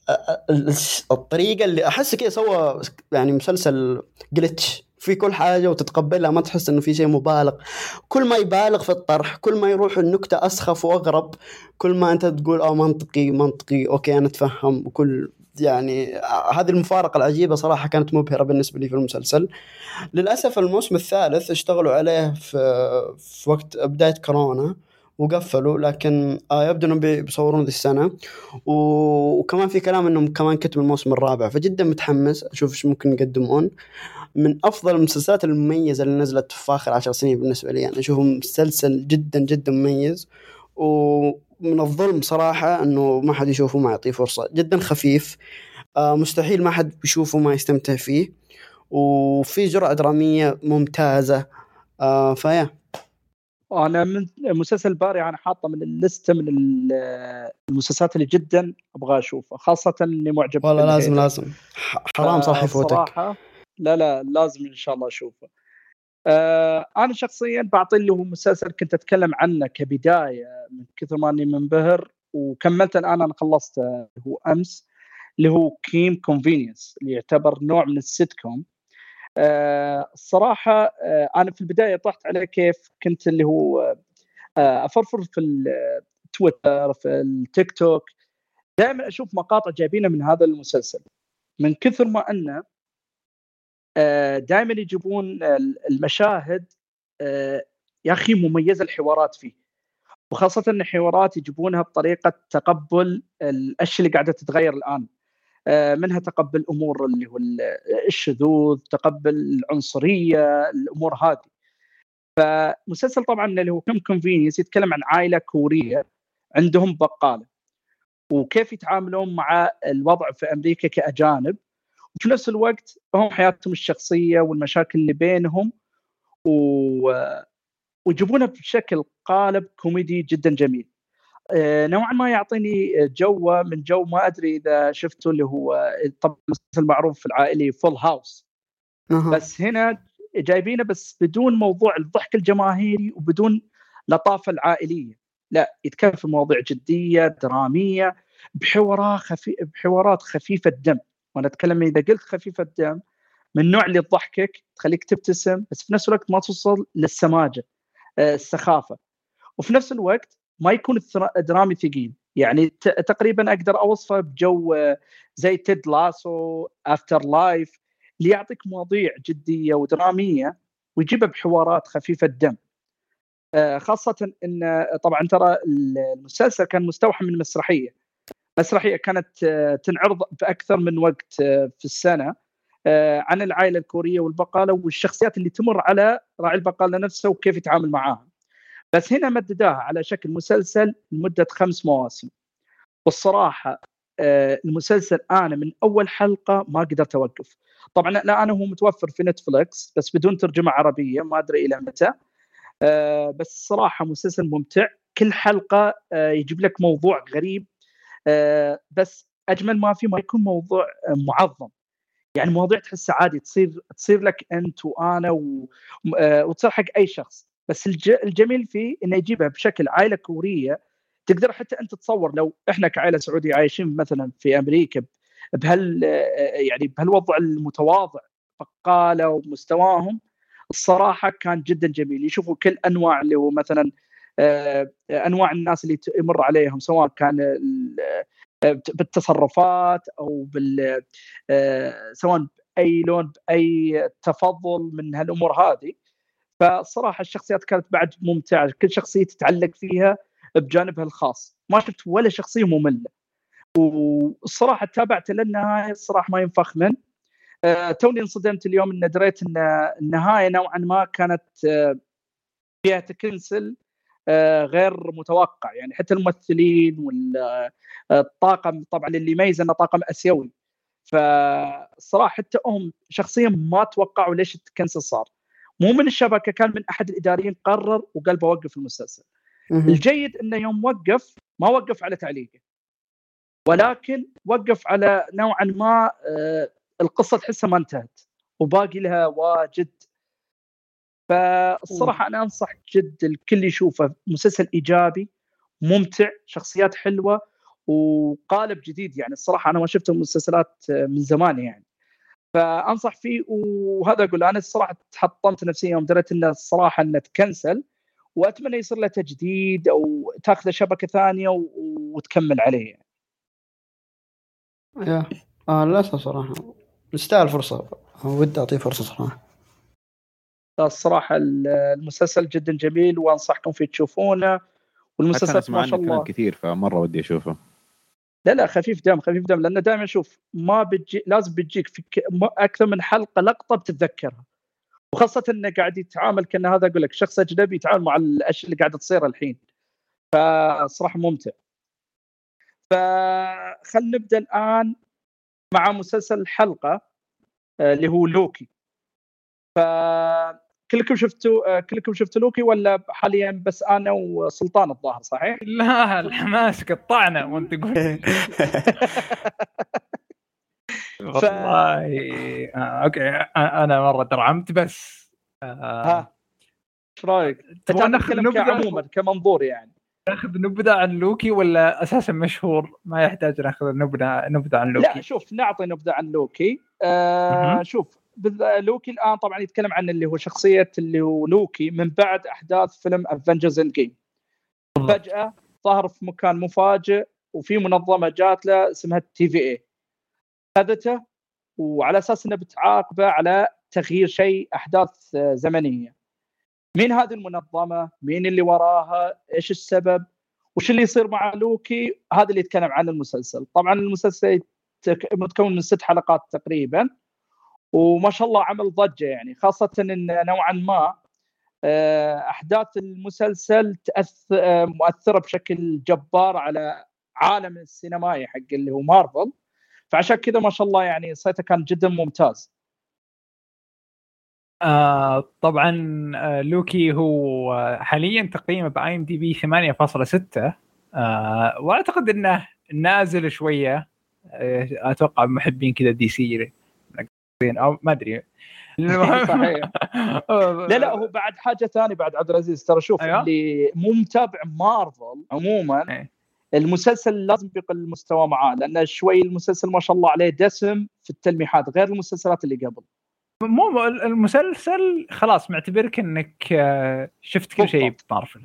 الطريقة اللي أحس كده سوى يعني مسلسل جلتش في كل حاجة وتتقبلها، ما تحس إنه في شيء مبالغ. كل ما يبالغ في الطرح، كل ما يروح النكتة أسخف وأغرب، كل ما أنت تقول منطقي أوكي أنا أتفهم. وكل يعني هذه المفارقة العجيبة صراحة كانت مبهرة بالنسبة لي في المسلسل. للأسف الموسم الثالث اشتغلوا عليه في وقت بداية كورونا وقفلوا، لكن يبدو أنهم بيصورون ذي السنة. وكمان في كلام أنهم كمان كتبوا الموسم الرابع، فجدا متحمس أشوف إيش ممكن يقدمون. من أفضل المسلسلات المميزة اللي نزلت في آخر 10 سنين بالنسبة لي، يعني أشوفه مسلسل جدا جدا مميز، ومن الظلم صراحة أنه ما حد يشوفه ما يعطيه فرصة. جدا خفيف، مستحيل ما حد يشوفه ما يستمتع فيه، وفي جرعة درامية ممتازة. فيا أنا من مسلسل باري أنا حاطه من الليستة من المسلسلات اللي جدا أبغى أشوفه، خاصة إني معجب. والله لازم حرام صح يفوتك صراحة. لا لازم إن شاء الله أشوفه. أنا شخصيا بعطي اللي هو مسلسل كنت أتكلم عنه كبداية من كثر ما أني منبهر وكملت الآن، أنا خلصته هو أمس، اللي هو كيم كونفينينس، اللي يعتبر نوع من السيت كوم. الصراحة أنا في البداية طحت عليه كيف كنت اللي هو أفرفر في التويتر في التيك توك، دائما أشوف مقاطع جايبينه من هذا المسلسل، من كثر ما أنه دائما يجيبون المشاهد يا أخي مميزة الحوارات فيه، وخاصة أن الحوارات يجيبونها بطريقة تقبل الأشياء اللي قاعدة تتغير الآن، منها تقبل أمور اللي هو الشذوذ، تقبل العنصرية، الأمور هذه. فمسلسل طبعا اللي هو كيم كونفينينس يتكلم عن عائلة كورية عندهم بقالة، وكيف يتعاملون مع الوضع في أمريكا كأجانب، وفي نفس الوقت هم حياتهم الشخصية والمشاكل اللي بينهم، ويجيبونها بشكل قالب كوميدي جدا جميل. نوعا ما يعطيني جو من جو ما أدري إذا شفته، اللي هو طبعا المسلسل معروف في العائلي فول هاوس. بس هنا جايبينه بس بدون موضوع الضحك الجماهيري وبدون لطافة العائلية، لا يتكلم في مواضيع جدية درامية بحوارات خفيفة الدم. وأنا أتكلم إذا قلت خفيفة الدم من النوع اللي تضحكك تخليك تبتسم، بس في نفس الوقت ما توصل للسماجة السخافة، وفي نفس الوقت ما يكون درامي ثقيل. يعني تقريبا أقدر أوصفه بجو زي تيد لاسو، أفتر لايف، اللي يعطيك مواضيع جديه ودراميه ويجيبها بحوارات خفيفه الدم. خاصه ان طبعا ترى المسلسل كان مستوحى من مسرحيه كانت تنعرض باكثر من وقت في السنه عن العائله الكوريه والبقاله والشخصيات اللي تمر على راعي البقاله نفسه وكيف يتعامل معاها. بس هنا مددوها على شكل مسلسل لمده 5 مواسم. والصراحه المسلسل انا من اول حلقه ما قدرت اوقف. طبعا لا انا هو متوفر في نتفلكس بس بدون ترجمه عربيه، ما ادري الى متى. بس صراحه مسلسل ممتع، كل حلقه يجيب لك موضوع غريب، بس اجمل ما فيه ما يكون موضوع معظم. يعني مواضيع تحسها عادي تصير لك انت وانا وتصير حق اي شخص. بس الجميل فيه انه يجيبها بشكل عائله كوريه، تقدر حتى انت تتصور لو احنا كعائله سعوديه عايشين مثلا في امريكا يعني بهالوضع المتواضع بقاله ومستواهم. الصراحه كان جدا جميل يشوفوا كل انواع اللي هو مثلا انواع الناس اللي يمر عليهم، سواء كان بالتصرفات او سواء باي لون باي تفضل من هالامور هذه. فالصراحه الشخصيات كانت بعد ممتعه، كل شخصيه تتعلق فيها بجانبها الخاص، ما شفت ولا شخصيه ممله. والصراحه تابعت للنهايه، الصراحه ما ينفخ من توني انصدمت اليوم ان دريت ان النهايه نوعا ما كانت فيها تكنسل غير متوقع. يعني حتى الممثلين والطاقم طبعا اللي يميز انه طاقم اسيوي، فالصراحه حتى هم شخصيا ما توقعوا ليش التكنسل صار. مو من الشبكه، كان من احد الاداريين قرر وقال بوقف المسلسل. الجيد انه يوم وقف ما وقف على تعليقه، ولكن وقف على نوعا ما القصه تحسها ما انتهت وباقي لها واجد. فالصراحه انا انصح جد الكل يشوفه، مسلسل ايجابي ممتع، شخصيات حلوه وقالب جديد. يعني الصراحه انا ما شفت المسلسلات من زمان يعني، فانصح فيه. وهذا اقول انا الصراحه تحطمت نفسيا يوم دريت انه الصراحه انه تكنسل، واتمنى يصير له تجديد او تاخذ شبكه ثانيه وتكمل عليه يعني. للاسف صراحه يستاهل فرصه، ودي اعطيه فرصه صراحه. الصراحه المسلسل جدا جميل وانصحكم فيه تشوفونه. والمسلسل ما شاء الله كثير، فمره ودي اشوفه. لا خفيف دم لانه دائما اشوف ما بتجي، لازم بتجيك في اكثر من حلقه لقطه بتتذكرها، وخاصه انه قاعد يتعامل كأن هذا اقول لك شخص اجنبي يتعامل مع الاشياء اللي قاعده تصير الحين. فصراحه ممتع. فخل نبدا الان مع مسلسل الحلقه اللي هو لوكي. فكلكم شفتوا لوكي ولا حاليا بس انا وسلطان الظاهر؟ صحيح؟ لا الحماس قطعنا وانت قلت والله اوكي انا مره درعمت بس ها ايش رايك؟ تبغى ناخذ نبذه عموما كمنظور، يعني ناخذ نبذه عن لوكي ولا اساسا مشهور ما يحتاج ناخذ نبذه عن لوكي؟ لا شوف نعطي نبذه عن لوكي. شوف لوكي الان طبعا يتكلم عن اللي هو شخصيه اللي هو لوكي من بعد احداث فيلم افنجرز اند جيم. فجاه ظهر في مكان مفاجئ، وفي منظمه جات له اسمها TVA اخذته، وعلى اساس انها بتعاقبه على تغيير شيء احداث زمنيه. مين هذه المنظمه؟ مين اللي وراها؟ ايش السبب؟ وش اللي يصير مع لوكي؟ هذا اللي يتكلم عنه المسلسل. طبعا المسلسل متكون من 6 حلقات تقريبا، وما شاء الله عمل ضجه يعني، خاصه ان نوعا ما احداث المسلسل مؤثره بشكل جبار على عالم السينمائي حق اللي هو مارفل. فعشان كذا ما شاء الله يعني صيته كان جدا ممتاز. طبعا لوكي هو حاليا تقييمه باي ام دي بي 8.6، واعتقد انه نازل شويه. اتوقع محبين كذا دي سي او ما ادري. صحيح. لا هو بعد حاجه ثانيه بعد عبد العزيز، ترى شوف اللي مو متابع مارفل عموما المسلسل لازم يقل المستوى معاه، لان شوي المسلسل ما شاء الله عليه دسم في التلميحات غير المسلسلات اللي قبل. مو المسلسل خلاص معتبرك انك شفت كل شيء بمارفل.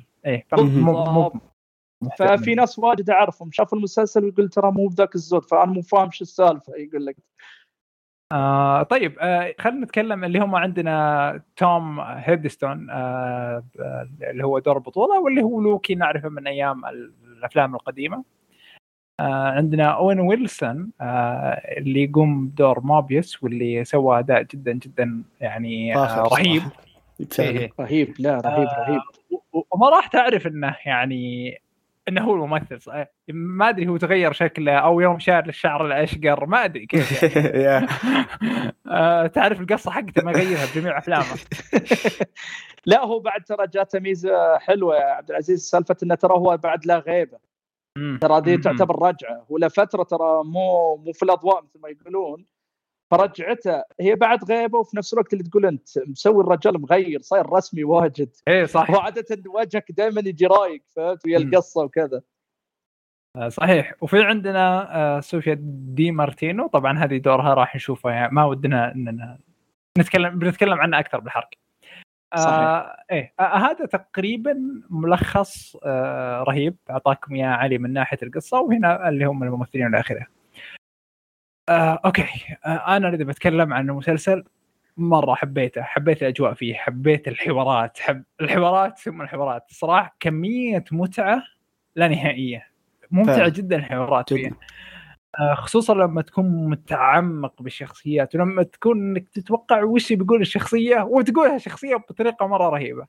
ففي ناس واجد اعرفهم شافوا المسلسل ويقول ترى مو بذاك الزود، فانا مو فاهم شو السالفه. يقول لك طيب خلينا نتكلم اللي هم عندنا توم هيدستون اللي هو دور البطولة، واللي هو لوكي نعرفه من أيام الأفلام القديمة. عندنا أوين ويلسون اللي يقوم بدور موبيوس، واللي سوى أداء جدا جدا يعني رهيب. رهيب، لا رهيب. وما راح تعرف انه يعني انه هو الممثل، ما ادري هو تغير شكله او يوم شار للشعر الاشقر، ما ادري كيف يعني. تعرف القصه حقته ما يغيرها بجميع افلامه. لا هو بعد ترى جاته ميزه حلوه يا عبد العزيز، سالفه انه ترى هو بعد لا غيبه، ترى دي تعتبر رجعه، ولا فتره ترى مو في الاضواء مثل ما يقولون، فرجعته هي بعد غيبه، وفي نفس الوقت اللي تقول انت مسوي الرجال مغير، صاير رسمي واجد. ايه صح، وعاده وجهك دائما يجي رايق، فهمت، ويا القصه وكذا. صحيح. وفي عندنا سوفيا دي مارتينو، طبعا هذه دورها راح نشوفها يعني، ما ودنا اننا بنتكلم عنها اكثر بالحرق. ايه هذا تقريبا ملخص رهيب اعطاكم يا علي من ناحيه القصه، وهنا اللي هم الممثلين والى اخره. اوكي، انا اذا بتكلم عن المسلسل مره حبيت الاجواء فيه، حبيت الحوارات، الحوارات ثم الحوارات صراحه كميه متعه لا نهائيه، ممتعه جدا الحوارات فيه، خصوصا لما تكون متعمق بالشخصيات، ولما تكون انك تتوقع وش بيقول الشخصيه وتقولها شخصيه بطريقه مره رهيبه.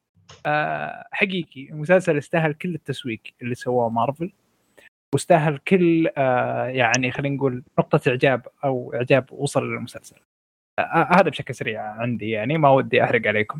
حقيقي المسلسل يستاهل كل التسويق اللي سواه مارفل، واستاهل كل يعني خلينا نقول نقطه اعجاب وصل للمسلسل. هذا بشكل سريع عندي، يعني ما ودي احرق عليكم.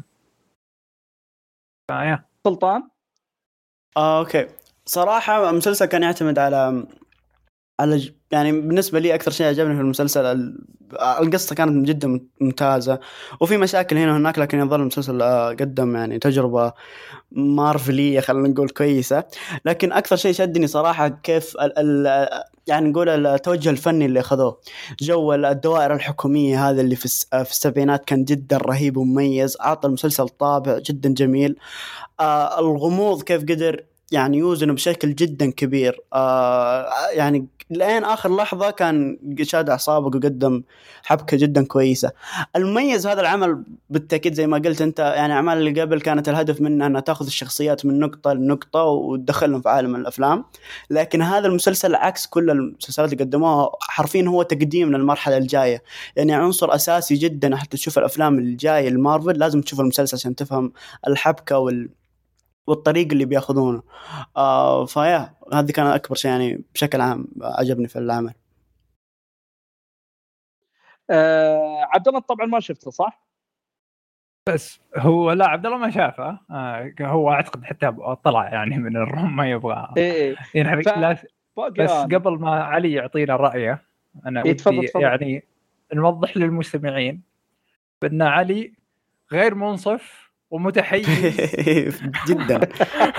يا سلطان. اوكي، صراحه المسلسل كان يعتمد على يعني بالنسبه لي اكثر شيء عجبني في المسلسل القصه كانت جدا ممتازه، وفي مشاكل هنا وهناك، لكن يظل المسلسل قدم يعني تجربه مارفليه خلينا نقول كويسه. لكن اكثر شيء شدني صراحه كيف يعني نقول التوجه الفني اللي اخذوه، جو الدوائر الحكوميه هذا اللي في السبعينات كان جدا رهيب ومميز، اعطى المسلسل طابع جدا جميل. الغموض كيف قدر يعني يوزنه بشكل جدا كبير، يعني لين آخر لحظة كان شاد أعصابك وقدم حبكة جدا كويسة. المميز هذا العمل بالتأكيد زي ما قلت أنت، يعني أعمال اللي قبل كانت الهدف منها أنها تأخذ الشخصيات من نقطة لنقطة وتدخلهم في عالم الأفلام، لكن هذا المسلسل عكس كل المسلسلات اللي قدموها، حرفيا هو تقديم للمرحلة الجاية، يعني عنصر أساسي جدا. حتى تشوف الأفلام الجاية المارفل لازم تشوف المسلسل عشان تفهم الحبكة والطريق اللي بياخذونه. فيا هذه كان أكبر شيء يعني بشكل عام عجبني في العمل. عبد الله طبعا ما شفته صح؟ بس هو لا، عبد الله ما شافه، هو اعتقد حتى طلع يعني من الروم ما يبغى يعني بس قبل ما علي يعطينا رأيه، انا ودي يعني نوضح للمستمعين بأن علي غير منصف ومتحيز جدا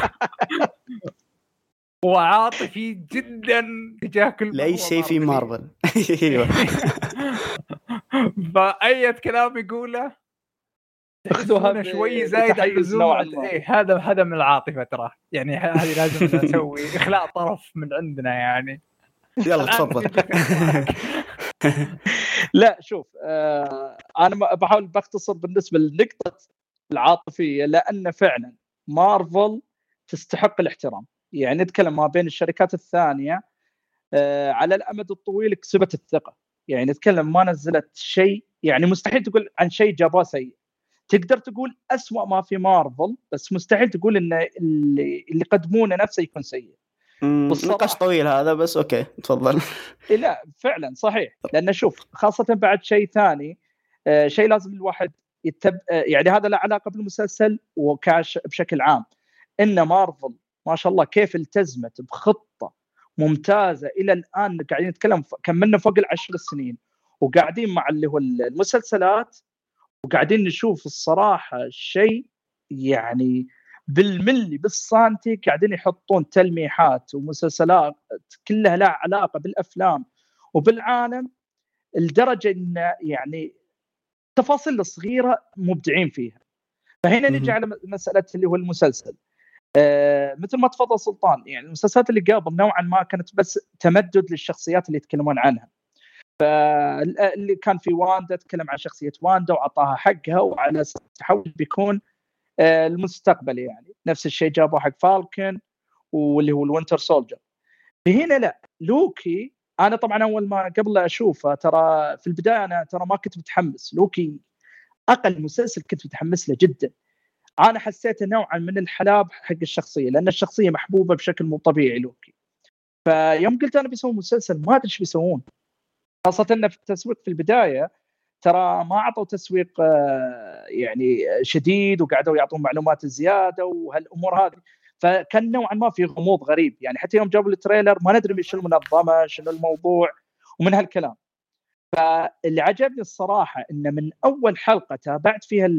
وعاطفي جدا تجاه كل لاي شيء في مارفل. فأي كلام يقوله تاخذوها شوي زايد عن اللزوم. هذا من العاطفه ترى، يعني هذه لازم نسوي اخلاء طرف من عندنا يعني. يلا تفضل. لا شوف، انا بحاول بختصر بالنسبه لنقطه العاطفيه، لان فعلا مارفل تستحق الاحترام، يعني نتكلم ما بين الشركات الثانيه على الامد الطويل كسبت الثقه، يعني نتكلم ما نزلت شيء، يعني مستحيل تقول عن شيء جابوه سيء، تقدر تقول أسوأ ما في مارفل، بس مستحيل تقول ان اللي قدمونه نفسه يكون سيء. نقاش طويل هذا، بس اوكي تفضل. لا فعلا صحيح، لان شوف خاصه بعد شيء ثاني، شيء لازم الواحد يعني هذا له علاقه بالمسلسل وكاش بشكل عام، ان مارفل ما شاء الله كيف التزمت بخطه ممتازه الى الان، قاعدين نتكلم كملنا فوق 10 سنين وقاعدين مع اللي هو المسلسلات، وقاعدين نشوف الصراحه شيء يعني بالملي بالسانتي، قاعدين يحطون تلميحات ومسلسلات كلها لها علاقه بالافلام وبالعالم، الدرجه ان يعني تفاصيل صغيره مبدعين فيها. فهنا نجي على مساله اللي هو المسلسل، مثل ما تفضل سلطان، يعني المسلسلات اللي قبل نوعا ما كانت بس تمدد للشخصيات اللي يتكلمون عنها، فاللي كان في واندا تكلم عن شخصية واندا وعطاها حقها وعلى تحول بيكون المستقبل يعني. نفس الشيء جابوا حق فالكن واللي هو الوينتر سولجر. هنا لا، لوكي انا طبعا اول ما قبل لا اشوفه ترى في البدايه انا ترى ما كنت متحمس. لوكي اقل مسلسل كنت متحمس له جدا. انا حسيت نوعا من الحلاب حق الشخصيه لان الشخصيه محبوبه بشكل مو طبيعي لوكي. فيوم قلت انا بيسوون مسلسل ما ادري ايش بيسوون، خاصه انه في التسويق في البدايه ترى ما عطوا تسويق يعني شديد وقعدوا يعطون معلومات زياده وهالامور هذه. فكان نوعا ما في غموض غريب يعني. حتى يوم جابوا التريلر ما ندري ايش المنظمه شنو الموضوع ومن هالكلام. فاللي عجبني الصراحه انه من اول حلقه تابعت فيها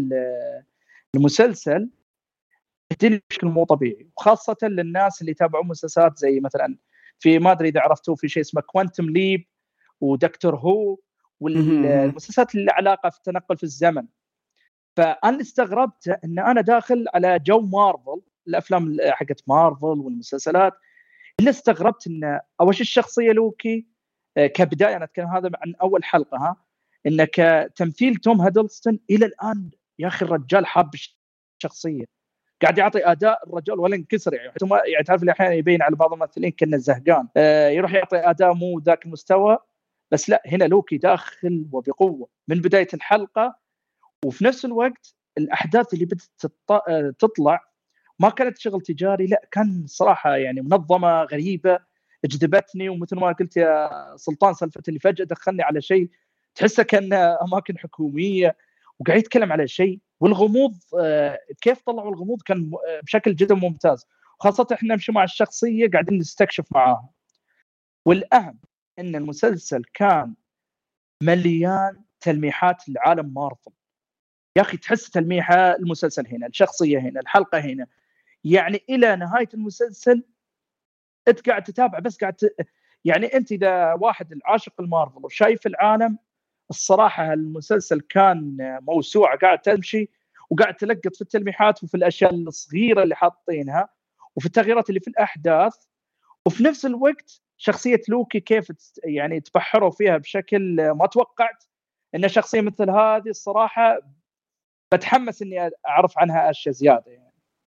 المسلسل بدل بشكل مو طبيعي، وخاصه للناس اللي يتابعون مسلسلات زي مثلا في ما ادري اذا عرفتوه في شيء اسمه كوانتم ليب ودكتور هو والمسلسلات اللي علاقه في التنقل في الزمن. فانا استغربت ان انا داخل على جو مارفل، الافلام حقت مارفل والمسلسلات. اللي استغربت ان اول شيء الشخصيه لوكي كبدايه، انا اتكلم هذا عن اول حلقه، ان كتمثيل توم هيدلستون الى الان يا اخي الرجال حاب الشخصيه، قاعد يعطي اداء الرجال ولا انكسر يعني. يعني تعرف اللي احيانا يبين على بعض الممثلين كأنه زهقان، يروح يعطي اداء مو ذاك المستوى. بس لا، هنا لوكي داخل وبقوه من بدايه الحلقه. وفي نفس الوقت الاحداث اللي بدت تطلع ما كانت شغل تجاري، لا كان صراحه يعني منظمه غريبه اجذبتني. ومثل ما قلت يا سلطان سالفه اللي فجاه دخلني على شيء تحسه كان اماكن حكوميه وقاعد يتكلم على شيء. والغموض كيف طلعوا الغموض كان بشكل جدا ممتاز، وخاصه احنا نمشي مع الشخصيه قاعدين نستكشف معاها. والاهم ان المسلسل كان مليان تلميحات لعالم مارفل. يا اخي تحس تلميحه المسلسل هنا، الشخصيه هنا، الحلقه هنا، يعني الى نهايه المسلسل انت قاعد تتابع بس يعني انت اذا واحد العاشق المارفل وشايف العالم، الصراحه المسلسل كان موسوعه، قاعد تمشي وقاعد تلقط في التلميحات وفي الاشياء الصغيره اللي حاطينها وفي التغييرات اللي في الاحداث. وفي نفس الوقت شخصيه لوكي كيف يعني تبحروا فيها بشكل ما توقعت ان شخصيه مثل هذه. الصراحه بتحمس اني اعرف عنها اشياء زياده يعني.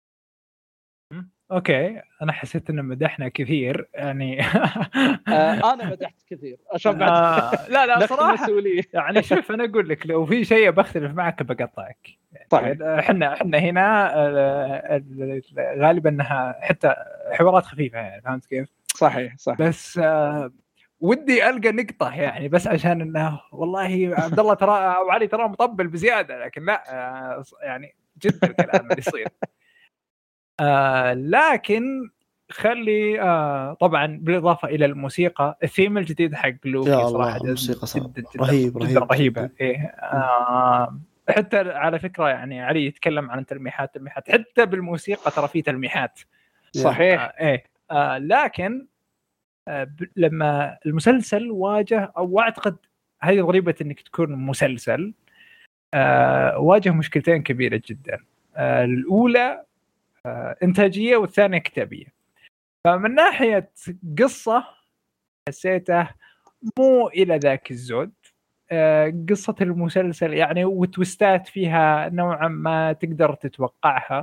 اوكي، انا حسيت ان مدحنا كثير يعني. انا مدحت كثير عشان بعد لا صراحه يعني شوف انا اقول لك لو في شيء بختلف معك بقطعك يعني. احنا هنا غالبا انها حتى حوارات خفيفه يعني، فهمت كيف؟ صحيح بس ودي القى نقطه يعني بس عشان انه والله عبد الله ترى او علي ترى مطبل بزياده، لكن لا يعني جدا الكلام اللي يصير. لكن خلي طبعا بالاضافه الى الموسيقى، الثيم الجديد حق لوكي صراحه جدا رهيبه. إيه حتى على فكره يعني علي يتكلم عن تلميحات حتى بالموسيقى ترى في تلميحات صحيح. لكن لما المسلسل واجه او اعتقد هذه غريبه انك تكون مسلسل واجه مشكلتين كبيره جدا. الاولى إنتاجية والثانية كتابية. فمن ناحية قصة حسيته مو إلى ذاك الزود. قصة المسلسل يعني وتويستات فيها نوعا ما تقدر تتوقعها.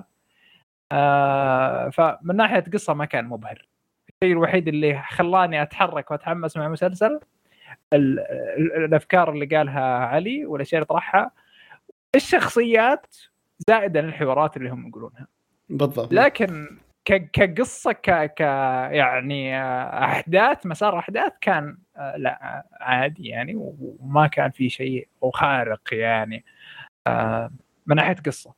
فمن ناحية قصة ما كان مبهر. الشيء الوحيد اللي خلاني أتحرك وأتحمس مع المسلسل الأفكار اللي قالها علي والأشياء اللي طرحها، الشخصيات زائدا الحوارات اللي هم يقولونها بالضبط. لكن كقصة يعني أحداث مسار أحداث كان لا عادي يعني، وما كان في شيء خارق يعني من ناحية قصة.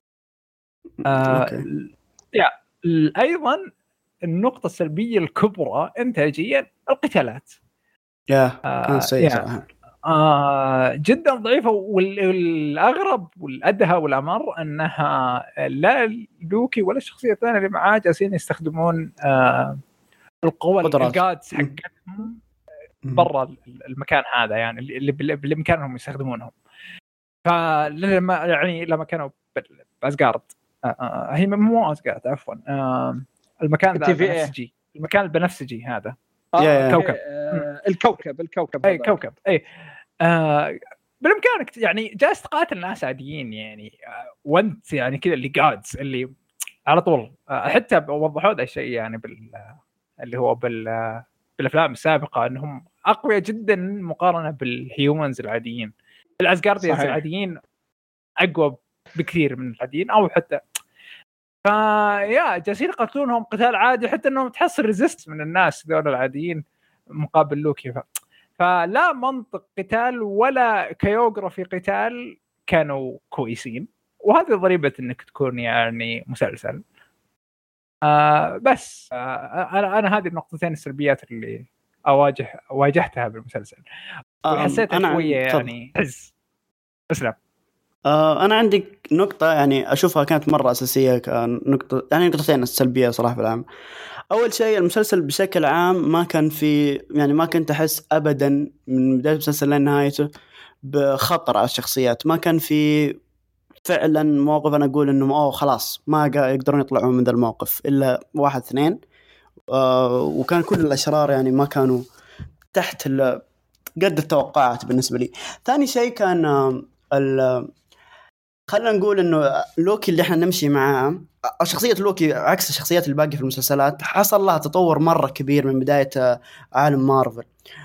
أيضا النقطة السلبية الكبرى إنتاجيا القتالات كان سيء صراحة. جدا ضعيفة. والأغرب والأدهى والأمر أنها لا لوكي ولا الشخصية الثانية اللي معاه جالسين يستخدمون القوة الجادز حقتهم برا المكان هذا يعني اللي بإمكانهم يستخدمونهم. لما كانوا بأسجارد هي مو أسجارد عفوا المكان البنفسجي، المكان البنفسجي هذا كوكب الكوكب اي كوكب اي بالامكانك يعني جالس تقاتل ناس عاديين يعني وانت يعني كذا اللي جادز اللي على طول حتى وضحوا هذا الشيء يعني اللي هو بالافلام السابقه انهم اقوياء جدا مقارنه بالهيومنز العاديين. الاسغارديانز العاديين اقوى بكثير من العاديين او حتى فيا جالسين يقتلونهم قتال عادي حتى انهم تحصل ريزيست من الناس ذول العاديين مقابل لوكي. فلا منطق قتال ولا كيوغرافي قتال كانوا كويسين وهذه ضريبة انك تكون يعني مسلسل. بس انا هذه النقطتين السلبيات اللي واجهتها بالمسلسل وحسيتها شوية يعني حز. اسلم. أنا عندي نقطة يعني أشوفها كانت مرة أساسية نقطة يعني نقطتين السلبية صراحة في العام. أول شيء المسلسل بشكل عام ما كان في يعني ما كنت أحس أبدا من بداية المسلسل لنهايته بخطر على الشخصيات. ما كان في فعلا موقف أنا أقول إنه خلاص ما يقدرون يطلعون من ذا الموقف إلا 1-2. وكان كل الأشرار يعني ما كانوا تحت قد التوقعات بالنسبة لي. ثاني شيء كان خلنا نقول إنه لوكي اللي إحنا نمشي معاه شخصية لوكي عكس الشخصيات الباقية في المسلسلات حصل لها تطور مرة كبير من بداية عالم مارفل.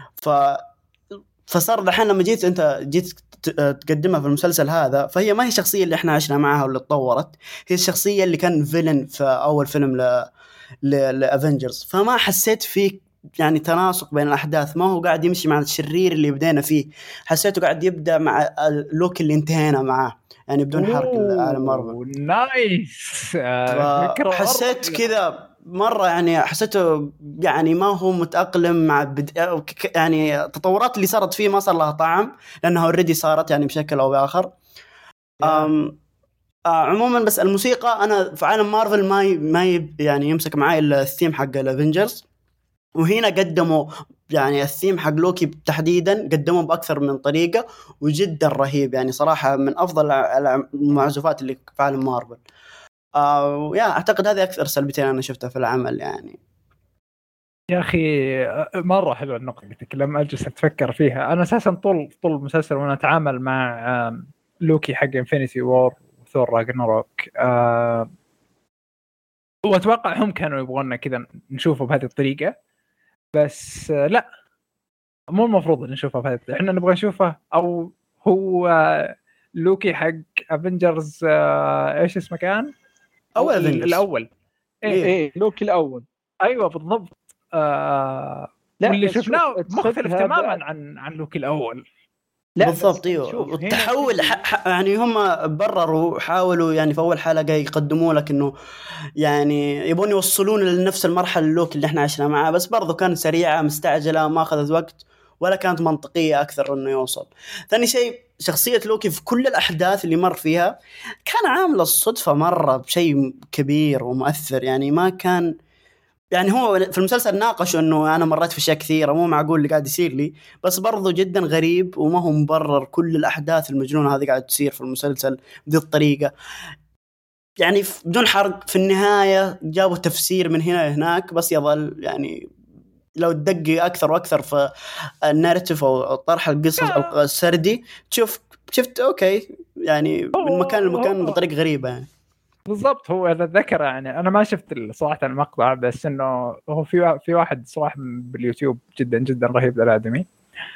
فصار دحين لما جيت تقدمها في المسلسل هذا فهي ما هي الشخصية اللي إحنا عشنا معها واللي تطورت. هي الشخصية اللي كان فيلن في أول فيلم لأفنجرز. فما حسيت فيه يعني تناسق بين الأحداث. ما هو قاعد يمشي مع الشرير اللي بدينا فيه حسيته قاعد يبدأ مع لوكي اللي انتهينا معاه يعني بدون حرق العالم مارفل. نايس. حسيت كذا مرة يعني حسيته يعني ما هو متأقلم مع يعني التطورات اللي صارت فيه ما صار لها طعم لأنها already صارت يعني بشكل أو بآخر. عموما بس الموسيقى أنا في عالم مارفل ما يعني يمسك معي إلا الثيم حق الأفنجرز. وهنا قدموا يعني الثيم حق لوكي تحديدا قدموا بأكثر من طريقة وجدا رهيب يعني صراحة من أفضل المعزوفات اللي في عالم مارفل. أعتقد هذه أكثر سلبيتين أنا شفتها في العمل يعني. يا أخي مرة حلوة النقطة لما أجلس أتفكر فيها. أنا أساسا طول المسلسل وأنا أتعامل مع لوكي حق إنفينيتي وور وثور راجناروك وأتوقع هم كانوا يبغوننا كذا نشوفه بهذه الطريقة بس لا مو المفروض نشوفه بهذه الطريقة. إحنا نبغى نشوفه أو هو لوكي حق أفنجرز إيش اسمه كان أول الأول إيه لوكي الأول أيوة بالضبط. واللي شفناه مختلف تماما عن لوكي الأول. لا بالضبط. التحول يعني هم برروا حاولوا يعني في أول حلقة يقدموا لك إنه يعني يبون يوصلون لنفس المرحلة اللوكي اللي إحنا عشنا معاه بس برضو كانت سريعة مستعجلة ما أخذت وقت ولا كانت منطقية أكثر إنه يوصل. ثاني شيء شخصية لوكي في كل الأحداث اللي مر فيها كان عامل الصدفة مرة بشيء كبير ومؤثر يعني ما كان يعني هو في المسلسل ناقشوا إنه أنا مريت في أشياء كثيرة مو معقول اللي قاعد يصير لي بس برضو جدا غريب وما هو مبرر كل الأحداث المجنونة هذه قاعد تصير في المسلسل بهذه الطريقة يعني بدون حرق. في النهاية جابوا تفسير من هنا لهناك بس يظل يعني لو تدقي أكثر وأكثر في الناريتيف أو طرح القصص السردي شفت أوكي يعني من مكان لمكان بطريقة غريبة يعني. بالضبط. هو إذا ذكر يعني أنا ما شفت صراحة المقطع بس إنه هو في واحد صراحة باليوتيوب جدا جدا رهيب الآدمي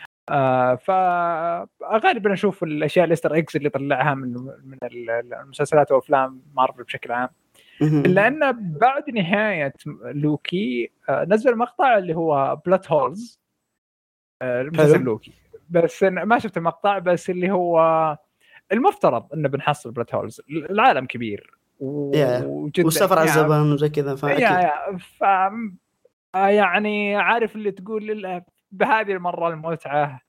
فغالبا أشوف الأشياء الإستر إكس اللي طلعها من المسلسلات وأفلام مارفل بشكل عام. لأن بعد نهاية لوكي نزل مقطع اللي هو بلات هولز المسلسل لوكي بس ما شفت المقطع بس اللي هو المفترض إنه بنحصل بلات هولز. العالم كبير وجدا والسفر على الزبان وزي كذا يعني عارف اللي تقول بهذه المرة المتعة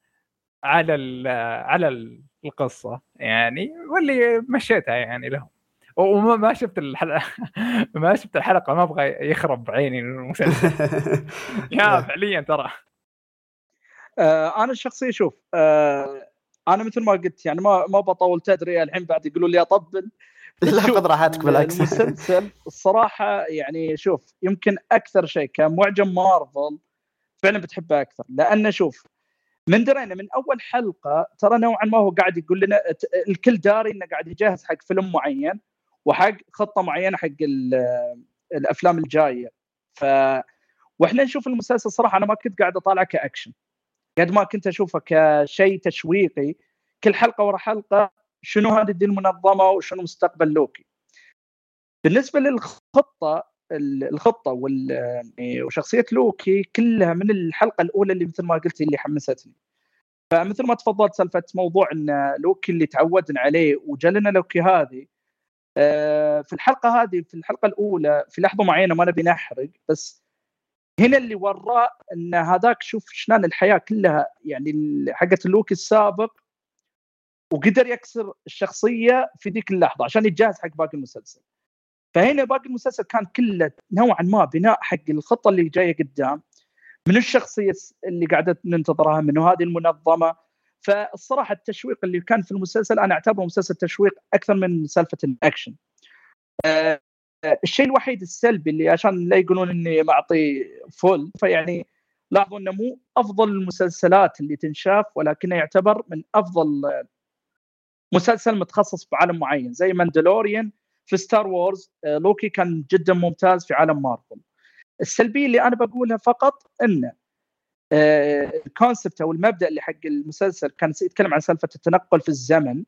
على القصة يعني واللي مشيتها يعني لهم وما شفت الحلقة ما شفت الحلقة ما أبغى يخرب عيني المسلسل يا فعليا ترى. أنا الشخصية شوف أنا مثل ما قلت يعني ما بطول تدري الحين بعد يقولوا لي أطبل لا خذ راحتك بالعكس. المسلسل الصراحة يعني شوف يمكن أكثر شيء كان معجم مارفل فعلا بتحبها اكثر. لان شوف من درينا من اول حلقه ترى نوعا ما هو قاعد يقول لنا الكل داري انه قاعد يجهز حق فيلم معين وحق خطه معينه حق الافلام الجايه. واحنا نشوف المسلسل صراحه انا ما كنت قاعد اطالعه كاكشن قد ما كنت اشوفه كشيء تشويقي، كل حلقه ورا حلقه شنو هذه المنظمه وشنو مستقبل لوكي. بالنسبه للخطه وشخصيه لوكي كلها من الحلقه الاولى اللي مثل ما قلت اللي حمستني. فمثل ما تفضلت سالفه موضوع ان لوكي اللي تعودنا عليه وجلنا لوكي هذه في الحلقه هذه في الحلقه الاولى في لحظه معينه ما نبي نحرق، بس هنا اللي وراه ان هذاك شوف شلون الحياه كلها يعني حقت لوكي السابق وقدر يكسر الشخصيه في ذيك اللحظه عشان يتجهز حق باقي المسلسل. فهنا باقي المسلسل كان كله نوعا ما بناء حق الخطه اللي جايه قدام، من الشخصيه اللي قاعده ننتظرها، من هذه المنظمه. فالصراحه التشويق اللي كان في المسلسل انا اعتبره مسلسل تشويق اكثر من سالفه الاكشن. الشيء الوحيد السلبي اللي عشان لا يقولون اني معطي فول، فيعني لاحظوا انه مو افضل المسلسلات اللي تنشاف ولكنه يعتبر من افضل مسلسل متخصص بعالم معين زي ماندلوريان في ستار وورز. لوكي كان جدا ممتاز في عالم مارفل. السلبيه اللي انا بقولها فقط ان الكونسبت او المبدا اللي حق المسلسل كان يتكلم عن سالفه التنقل في الزمن.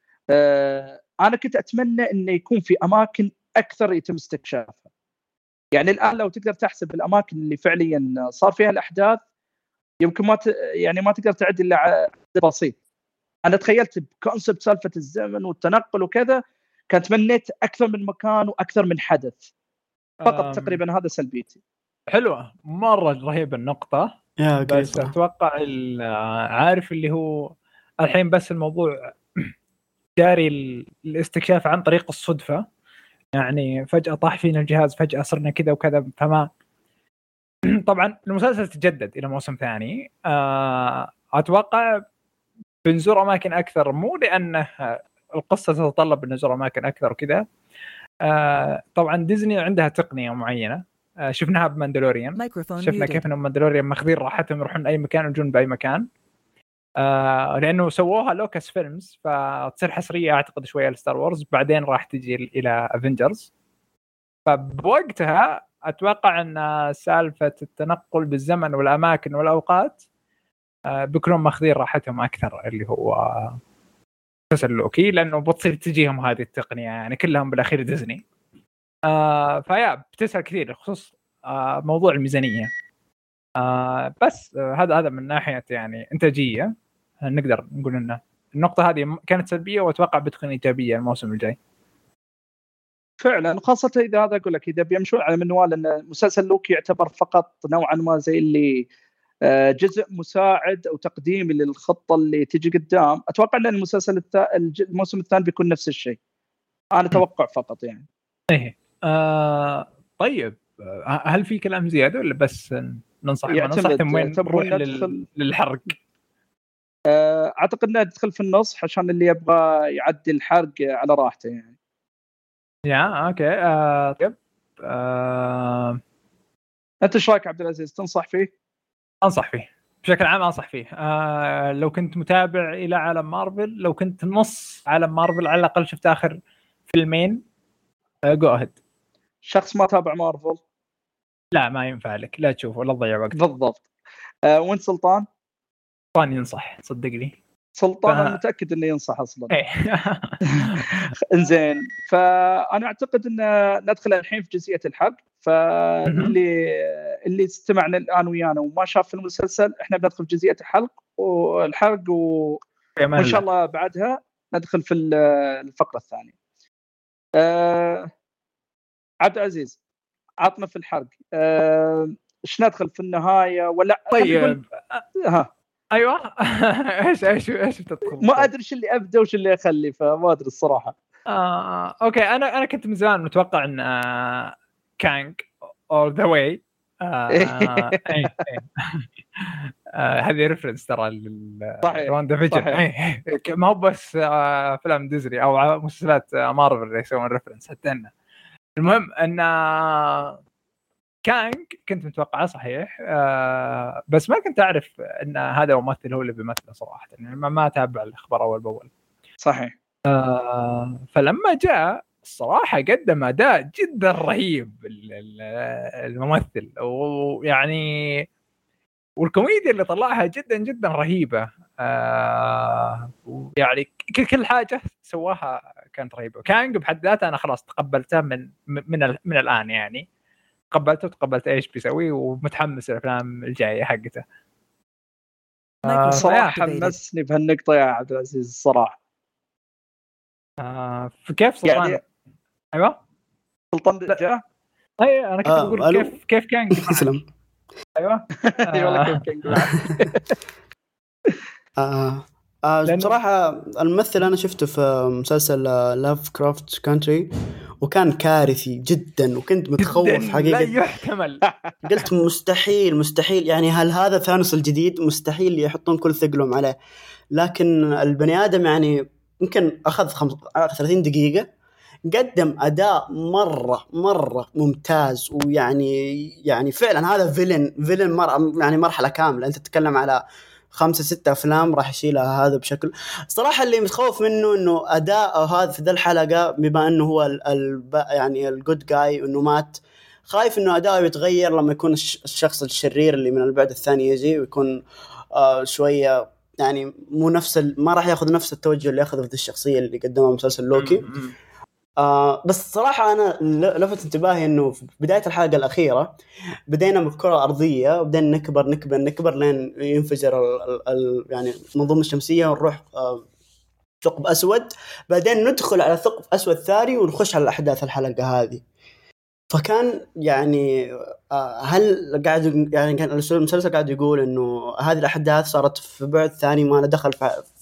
انا كنت اتمنى انه يكون في اماكن اكثر يتم استكشافها. يعني الان لو تقدر تحسب الاماكن اللي فعليا صار فيها الاحداث يمكن ما تقدر تعد الا عدد بسيط. انا تخيلت بكونسبت سالفه الزمن والتنقل وكذا كنت تمنيت اكثر من مكان واكثر من حدث فقط. تقريبا هذا سلبيتي. حلوه مره رهيبه النقطه. بس اتوقع عارف اللي هو الحين بس الموضوع جاري الاستكشاف عن طريق الصدفه، يعني فجاه طاح فينا الجهاز، فجاه صرنا كذا وكذا. فما طبعا المسلسل تجدد الى موسم ثاني. اتوقع بنزور اماكن اكثر، مو لانه القصه تتطلب ان نزور اماكن اكثر وكذا. طبعا ديزني عندها تقنيه معينه شفناها بماندلوريان، شفنا كيف انهم ماندلوريان ماخذين راحتهم يروحون اي مكان ويجون باي مكان. لانه سووها لوكاس فيلمز فتصير حصريه اعتقد شويه لستار وورز، بعدين راح تجي الى افنجرز. فبوقتها اتوقع ان سالفه التنقل بالزمن والاماكن والاوقات بيكونوا ماخذين راحتهم اكثر اللي هو مسلسل لوكي، لانه بتصير تجيهم هذه التقنيه يعني كلهم بالاخير ديزني. فيا بتسهل كثير خصوص موضوع الميزانيه. بس هذا من ناحيه يعني انتاجيه نقدر نقول انه النقطه هذه كانت سلبيه واتوقع بتكون ايجابيه الموسم الجاي فعلا، خاصه اذا هذا اقول لك اذا بيمشون على منوال ان مسلسل لوكي يعتبر فقط نوعا ما زي اللي جزء مساعد او تقديمي للخطه اللي تجي قدام. اتوقع ان الموسم الثاني بيكون نفس الشيء. انا توقع فقط يعني. ايه طيب هل في كلام زياده ولا بس ننصح وين نروح للحرق؟ اعتقد انه ندخل في النص عشان اللي يبغى يعدي الحرق على راحته يعني. يا اوكي. طيب انت ايش رايك عبد العزيز؟ تنصح فيه؟ انصح فيه بشكل عام، انصح فيه. لو كنت متابع الى عالم مارفل، لو كنت نص عالم مارفل على الاقل شفت اخر فيلمين، جو اهيد. شخص ما تابع مارفل لا ما ينفع لك، لا تشوفه ولا تضيع وقت. بالضبط. وين سلطان ينصح صدقني. سلطان أنا متأكد إنه ينصح أصلاً. إنزين، فأنا أعتقد إن ندخل الحين في جزئية الحرق. فاللي استمعنا الآن ويانا وما شاف المسلسل، إحنا بندخل في جزئية الحرق وإن شاء الله بعدها ندخل في الفقرة الثانية. عبد العزيز عطنا في الحرق. إيش ندخل في النهاية ولا؟ طيب ايوه. ايش تدخل؟ ما ادري ايش اللي ابدا وش اللي اخلي، فما ادري الصراحه. اوكي انا كنت من زمان متوقع ان كانج اور ذا واي. هذه ريفرنس ترى لواندا فيجن. ما هو بس فيلم ديزني او مسلسلات مارفل اللي يسوون ريفرنس حتى لنا. المهم ان كانج كنت متوقعه صحيح، بس ما كنت أعرف أن هذا الممثل هو اللي بيمثله صراحة، يعني ما أتابع الأخبار أول بأول. صحيح. فلما جاء الصراحة قدم أداء جدا رهيب الممثل، ويعني والكوميديا اللي طلعها جدا جدا رهيبة. يعني كل حاجة سواها كانت رهيبة. كانج بحد ذاته أنا خلاص تقبلته من الآن، يعني تقبلت إيش بيسوي، ومتحمس الأفلام الجاية حقته. صراحة حمسني بهالنقطة يا عبد العزيز الصراحة. كيف سلطان؟ يعني أيوة سلطان جاء. أي أنا كنت بقول كيف كانج تسلم. أيوة والله كيف كانج. بصراحة الممثل أنا شفته في مسلسل لاف كرافت كانتري وكان كارثي جدا، وكنت متخوف حقيقة. لا يحتمل. قلت مستحيل يعني هل هذا ثانوس الجديد؟ مستحيل يحطون كل ثقلهم عليه. لكن البني آدم يعني يمكن أخذ 30 دقيقة قدم أداء مرة ممتاز. ويعني فعلا هذا فيلن يعني مرحلة كاملة. أنت تتكلم على 5-6 أفلام راح يشيلها هذا بشكل صراحة. اللي متخوف منه إنه أداء هذا في ذا الحلقة، بما إنه هو يعني الجود جاي إنه مات، خايف إنه أداءه يتغير لما يكون الشخص الشرير اللي من البعد الثاني يجي، ويكون شوية يعني مو نفس ما راح ياخذ نفس التوجه اللي ياخذه في الشخصية اللي قدمها مسلسل لوكي. بس صراحة أنا لفت انتباهي إنه في بداية الحلقة الأخيرة بدينا بكرة أرضية، وبدينا نكبر لين ينفجر يعني المنظومة الشمسية، ونروح ثقب أسود، بعدين ندخل على ثقب أسود ثاني ونخش على الأحداث الحلقة هذه. فكان يعني هل قاعد يعني كان المسلسل قاعد يقول إنه هذه الأحداث صارت في بعد ثاني ما له دخل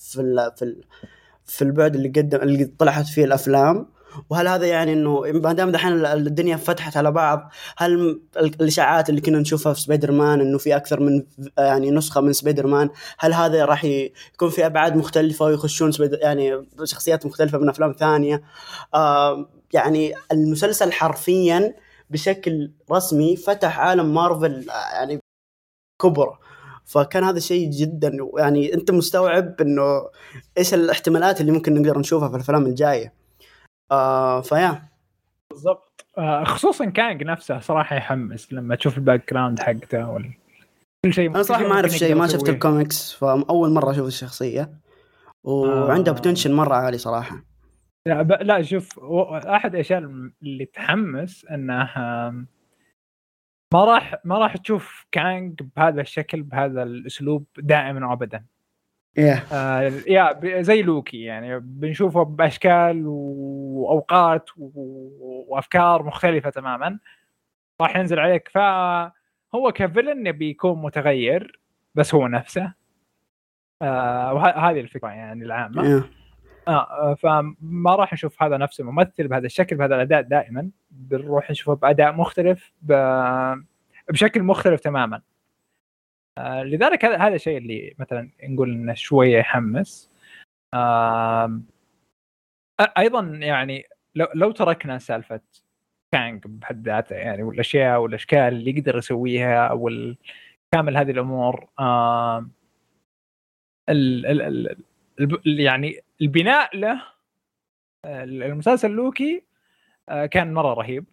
في البعد اللي طلعت فيه الأفلام؟ وهل هذا يعني إنه ما دام دحين الدنيا فتحت على بعض، هل الإشاعات اللي كنا نشوفها في سبايدر مان إنه في أكثر من يعني نسخة من سبايدر مان، هل هذا راح يكون في أبعاد مختلفة ويخشون يعني شخصيات مختلفة من أفلام ثانية؟ يعني المسلسل حرفيا بشكل رسمي فتح عالم مارفل يعني كبرى. فكان هذا شيء جدا يعني أنت مستوعب إنه إيش الاحتمالات اللي ممكن نقدر نشوفها في الأفلام الجاية. فيا بالضبط. خصوصا كانج نفسه صراحة يحمس لما تشوف الباك جراوند حقته كل شيء. أنا صراحة ما أعرف شيء، ما شفت الكوميكس، فأول مرة أشوف الشخصية، وعنده بوتنشل مرة عالي صراحة. لا شوف، أحد الأشياء اللي تحمس أنه ما راح تشوف كانج بهذا الشكل بهذا الأسلوب دائما وأبدا. زي لوكي يعني بنشوفه بأشكال وأوقات وأفكار مختلفة تماما راح ينزل عليك. فهو كفيلن يبي يكون متغير بس هو نفسه. وهذه الفكرة يعني العامة. فما راح نشوف هذا نفس الممثل بهذا الشكل بهذا الأداء دائما، بنروح نشوفه بأداء مختلف بشكل مختلف تماما. لذلك هذا الشيء اللي مثلا نقول انه شويه يحمس. ايضا يعني لو تركنا سالفه كانج بحد ذاته يعني، والاشياء والاشكال اللي يقدر يسويها او كامل هذه الامور، يعني البناء له المسلسل لوكي كان مره رهيب.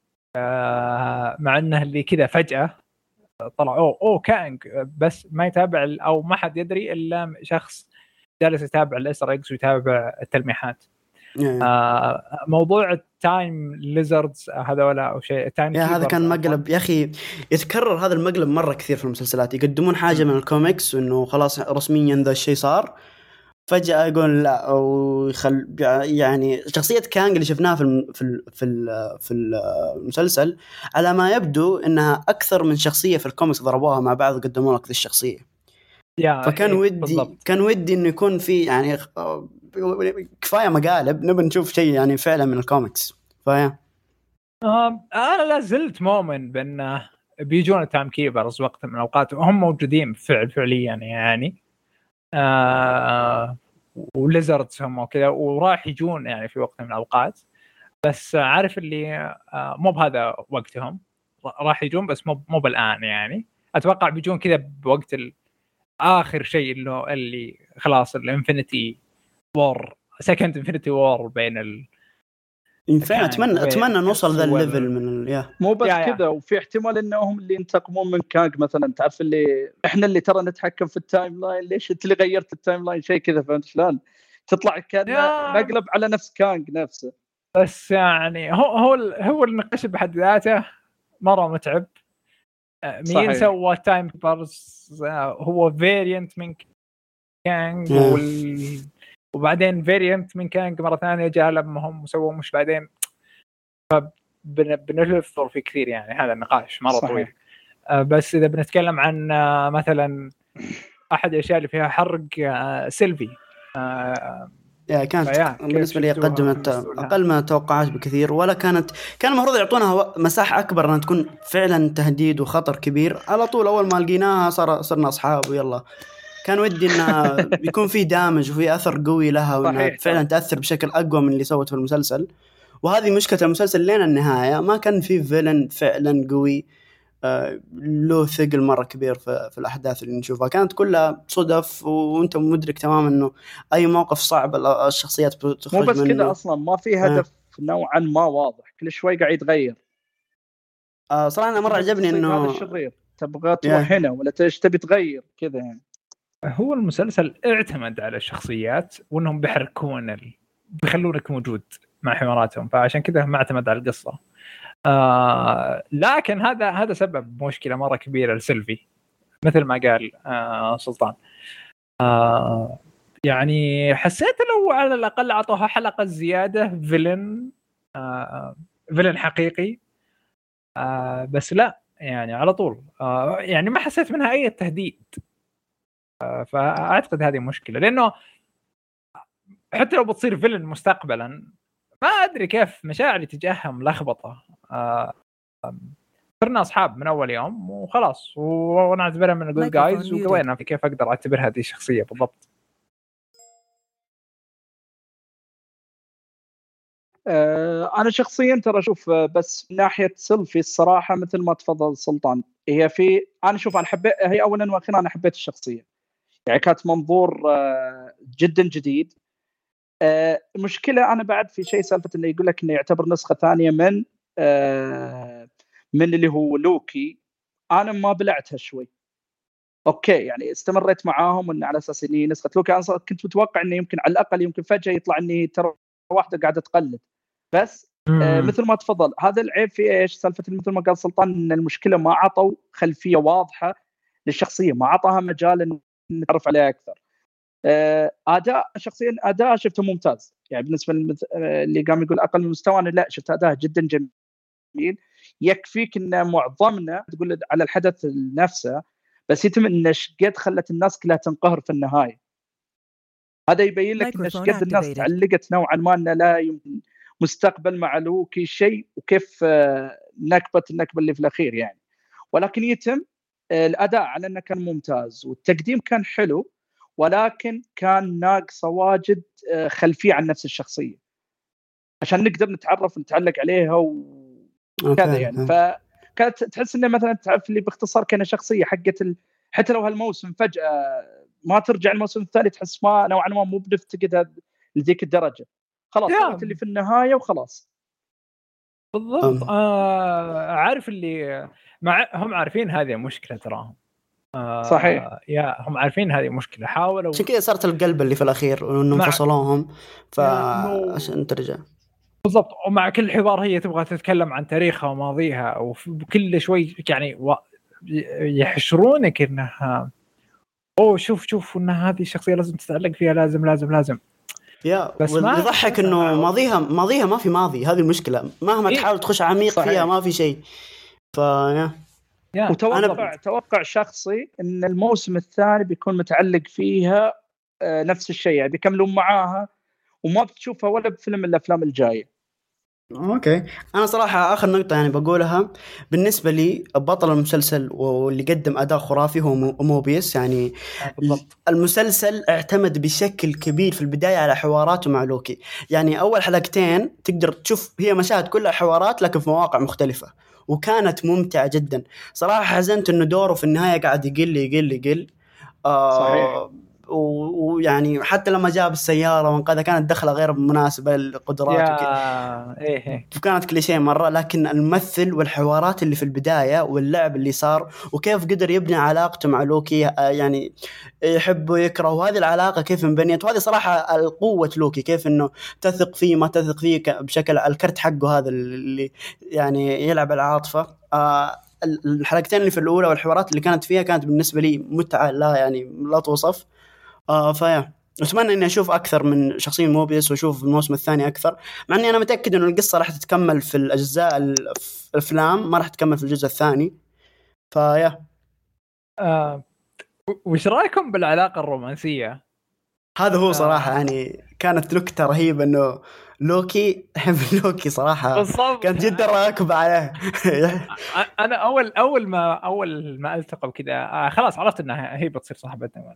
مع انه اللي كذا فجاه طلع كانج، بس ما يتابع او ما حد يدري الا شخص جالس يتابع الاستر اكس ويتابع التلميحات. موضوع التايم ليزردز هذولا او شيء تايم هذا كان مقلب يا اخي، يتكرر هذا المقلب مره كثير في المسلسلات. يقدمون حاجه من الكوميكس وانه خلاص رسميا ذا الشيء صار، فجأة يقول لا، يعني شخصية كانج اللي شفناها في المسلسل على ما يبدو إنها أكثر من شخصية في الكوميكس ضربوها مع بعض وقدموا لك ذي الشخصية. فكان ودي إنه يكون في يعني كفاية مقالب، نبي نشوف شيء يعني فعلا من الكوميكس. فيا أنا لا زلت مؤمن بأنه بيجون التايم كيبرز وقت من الأوقات وهم موجودين فعليا يعني. وليزردز هم وكذا وراح يجون يعني في وقت من الأوقات، بس عارف اللي مو بهذا وقتهم. راح يجون بس مو بالآن يعني. أتوقع بيجون كذا بوقت آخر شيء اللي خلاص الانفينيتي وور سكند انفينيتي وور بين فعلا اتمنى نوصل ذا الليفل من مو بس كذا. وفي احتمال انهم اللي ينتقمون من كانج مثلا، تعرف اللي احنا اللي ترى نتحكم في التايم لاين، ليش انت اللي غيرت التايم لاين شيء كذا، فهمت شلون؟ تطلع كان مقلب على نفس كانج نفسه. بس يعني هو النقاش بحد ذاته مره متعب. مين سوى تايم بارز؟ هو فيريانت من كانج وبعدين فيريانت من كانج مره ثانيه جاء لما هم سووا مش بعدين، فبنلف في كثير يعني. هذا النقاش مره طويل. بس اذا بنتكلم عن مثلا احد الاشياء اللي فيها حرق سيلفي، كانت بالنسبه لي قدمت اقل من التوقعات بكثير، ولا كان المفروض يعطونها مساحه اكبر انها تكون فعلا تهديد وخطر كبير. على طول اول ما لقيناها صرنا اصحاب ويلا. كان ودي انه يكون في دامج وفي اثر قوي لها، وانها فعلا تاثر بشكل اقوى من اللي سوته في المسلسل. وهذه مشكله المسلسل لين النهايه، ما كان في فيلن فعلا قوي له ثقل مرة كبير في الأحداث اللي نشوفها. كانت كلها صدف، وأنت مدرك تماما أنه أي موقف صعب الشخصيات بتخرج منه. مو بس كده أصلا، ما في هدف نوعا ما واضح، كل شوي قاعد يتغير. صراحة أنا مرة عجبني أنه هذا الشرير تبغى تروح هنا ولا تبي تغير كذا يعني. هو المسلسل اعتمد على الشخصيات وأنهم بيحركون بيخلونك موجود مع حواراتهم، فعشان كذا ما اعتمد على القصة. لكن هذا سبب مشكلة مرة كبيرة لسيلفي مثل ما قال سلطان. يعني حسيت لو على الأقل أعطوها حلقة زيادة فيلن حقيقي، بس لا يعني على طول يعني ما حسيت منها أي تهديد. فأعتقد هذه مشكلة، لأنه حتى لو بتصير فيلن مستقبلا ما أدري كيف مشاعري تجاههم لخبطة. صرنا أصحاب من أول يوم وخلاص، وأنا أعتبرها من الجود جايز، وقوينا في كيف أقدر أعتبر هذه الشخصية بالضبط. أنا شخصيا ترى أشوف بس من ناحية سيلفي الصراحة مثل ما تفضل سلطان، هي أنا حبيت، هي أولا وأخيرا أنا حبيت الشخصية، يعني كانت منظور جدا جديد. المشكلة أنا بعد في شيء سالفة إنه يقول لك إنه يعتبر نسخة ثانية من اللي هو لوكي. أنا ما بلعتها شوي، أوكي يعني استمريت معاهم إن على أساس إني نسخة لوكي. أنا كنت متوقع إنه يمكن على الأقل يمكن فجأة يطلع إني ترى واحدة قاعدة تقلد. بس مثل ما تفضل هذا العيب في إيش سالفة مثل ما قال سلطان، إن المشكلة ما عطوا خلفية واضحة للشخصية، ما عطاها مجال إن نتعرف عليها أكثر. أداء شخصيا أداء شفته ممتاز يعني بالنسبة اللي قام يقول أقل من مستوى، أنا لا شفت أداء جدا جميل. يكفيك إن معظمنا تقول على الحدث نفسه، بس يتم إن قد خلت الناس كلها تنقهر في النهاية. هذا يبين لك إن قد الناس تعلقت نوعا ما أن لا يمكن مستقبل مع لوكي شيء، وكيف النكبة اللي في الأخير يعني. ولكن يتم الأداء على أنه كان ممتاز والتقديم كان حلو، ولكن كان ناقص واجد خلفية عن نفس الشخصية عشان نقدر نتعرف ونتعلق عليها وكذا يعني. فكانت تحس إنه مثلا تعرف اللي باختصار كان شخصية حقت حتى لو هالموسم فجأة ما ترجع الموسم الثاني، تحس ما نوعا ما مو بنفتقدها لذيك الدرجة. خلاص صارت اللي في النهاية وخلاص. بالضبط. عارف اللي هم عارفين هذه مشكلة تراهم. صحيح. هم عارفين هذه مشكلة، حاولوا عشان كذا صارت القلب اللي في الأخير وإنه انفصلوهم عشان ترجع. بالضبط. ومع كل حوار هي تبغى تتكلم عن تاريخها وماضيها، وكل شوي يعني يحشرونك إنها شوف إن هذه الشخصية لازم تتعلق فيها، لازم بس يضحك إنه ماضيها ما في ماضي. هذه المشكلة، مهما تحاول تخش عميق فيها ما في شيء. توقع شخصي ان الموسم الثاني بيكون متعلق فيها نفس الشيء، يعني بيكملون معاها وما بتشوفها ولا بفيلم من الافلام الجايه. اوكي. انا صراحه اخر نقطه يعني بقولها بالنسبه لي، بطل المسلسل واللي قدم اداء خرافي هو موبيس. يعني المسلسل اعتمد بشكل كبير في البدايه على حواراته مع لوكي. يعني اول حلقتين تقدر تشوف هي مشاهد كلها حوارات لكن في مواقع مختلفه، وكانت ممتعة جدا صراحة. حزنت إنه دوره في النهاية قاعد يقل. صحيح. ويعني حتى لما جاب السيارة وانقذها كانت دخلة غير مناسبة للقدرات إيه. كانت كليشيه مرة. لكن الممثل والحوارات اللي في البداية واللعب اللي صار وكيف قدر يبني علاقته مع لوكي، يعني يحبه يكره، وهذه العلاقة كيف انبنيت، وهذه صراحة القوة لوكي، كيف انه تثق فيه ما تثق فيه بشكل الكرت حقه هذا اللي يعني يلعب العاطفة. الحلقتين اللي في الأولى والحوارات اللي كانت فيها كانت بالنسبة لي متعة لا يعني لا توصف. فيا أتمنى إني أشوف أكثر من شخصية موبيس وأشوف الموسم الثاني أكثر، مع إني أنا متأكد إنه القصة راح تتكمل في الأجزاء الأفلام، ما راح تكمل في الجزء الثاني. فيا وش رأيكم بالعلاقة الرومانسية؟ هذا هو صراحة يعني كانت نكتة رهيبة إنه لوكي يحب لوكي صراحة بالضبط. كانت جدا راكب عليه. أنا أول ما ألتقوا كذا خلاص عرفت إنها هي بتصير صاحبتنا.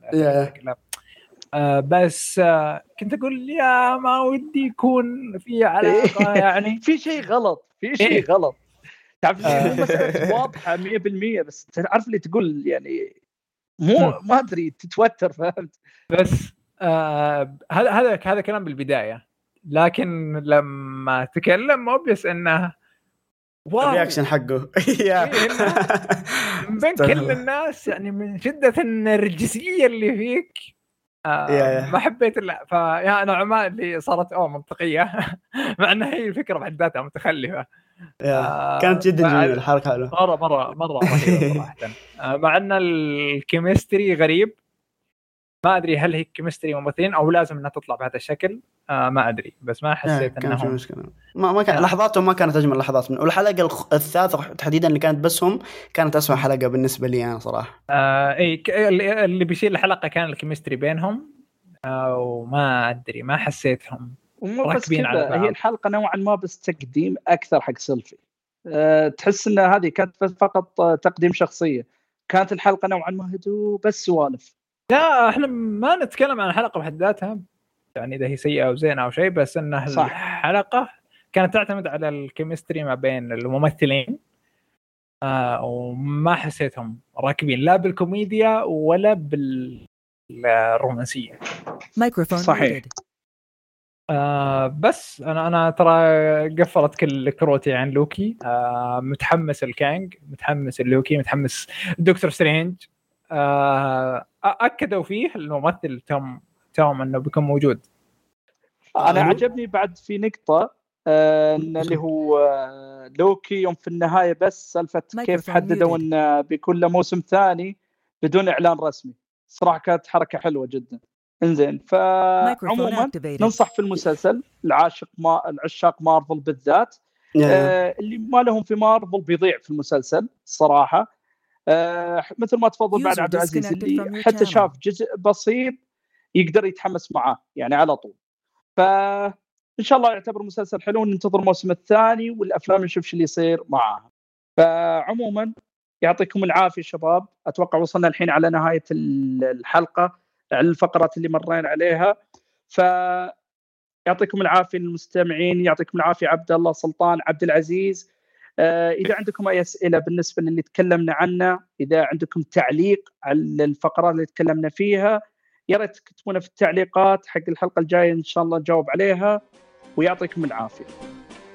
بس كنت أقول يا ما ودي يكون في علاقة يعني في شيء غلط، في شيء غلط. تعرف مسألة واضحة 100%، بس تعرف اللي تقول يعني مو ما أدري تتوتر، فهمت؟ بس هذا كلام بالبداية، لكن لما تكلم موبيس إنه الرياكشن حقه من بين كل الناس يعني من شدة النرجسية اللي فيك ما حبيت لا. فيا نوعا اللي صارت منطقية مع أنها هي الفكرة بحد ذاتها متخلفة. كانت جدا جميلة الحركة هذه مرة رهيبة صراحة. مع أن الكيمستري غريب، ما أدري هل هي كيمستري ممثلين أو لازم أنها تطلع بهذا الشكل، ما أدري، بس ما حسيت أنهم في مشكلة. ما كان لحظاتهم ما كانت أجمل لحظات من والحلقة الثالثة تحديدا اللي كانت بسهم كانت أسوأ حلقة بالنسبة لي أنا صراحة. اللي بيشيل الحلقة كان الكيمستري بينهم، وما أدري ما حسيتهم راكبين على بعض. هي الحلقة نوعا ما بس تقديم أكثر حق سيلفي. تحس أن هذه كانت فقط تقديم شخصية، كانت الحلقة نوعا ما هدوء بس سوالف. لا احنا ما نتكلم عن الحلقة بحد ذاتها يعني إذا هي سيئة أو زينة أو شيء، بس أن الحلقة كانت تعتمد على الكيمستري ما بين الممثلين، وما حسيتهم راكبين لا بالكوميديا ولا بالرومانسية. صحيح. بس أنا ترى قفلت كل كروتي عن لوكي. متحمس الكانج، متحمس اللوكي، متحمس دكتور سترينج. أكدوا فيه الممثل توم أنه بيكون موجود. أنا عجبني بعد في نقطة اللي هو لوكي يوم في النهاية بس سالفة كيف حددوا أنه بيكون له موسم ثاني بدون إعلان رسمي. صراحة كانت حركة حلوة جدا. إنزين، فعموما ننصح في المسلسل العشاق مارفل بالذات اللي ما لهم في مارفل بيضيع في المسلسل صراحة. مثل ما تفضل بعد عبد العزيز اللي حتى شاف جزء بسيط يقدر يتحمس معاه يعني على طول. فإن شاء الله يعتبر مسلسل حلو، ننتظر الموسم الثاني والأفلام نشوف شو اللي يصير معها. فعموما يعطيكم العافية شباب، أتوقع وصلنا الحين على نهاية الحلقة على الفقرات اللي مرينا عليها. فيعطيكم العافية المستمعين، يعطيكم العافية عبد الله، سلطان، عبد العزيز. إذا عندكم أي أسئلة بالنسبة للي تكلمنا عنه، إذا عندكم تعليق على الفقرات اللي تكلمنا فيها، يا ريت تكتبونا في التعليقات حق الحلقة الجاية، إن شاء الله نجاوب عليها. ويعطيكم العافية.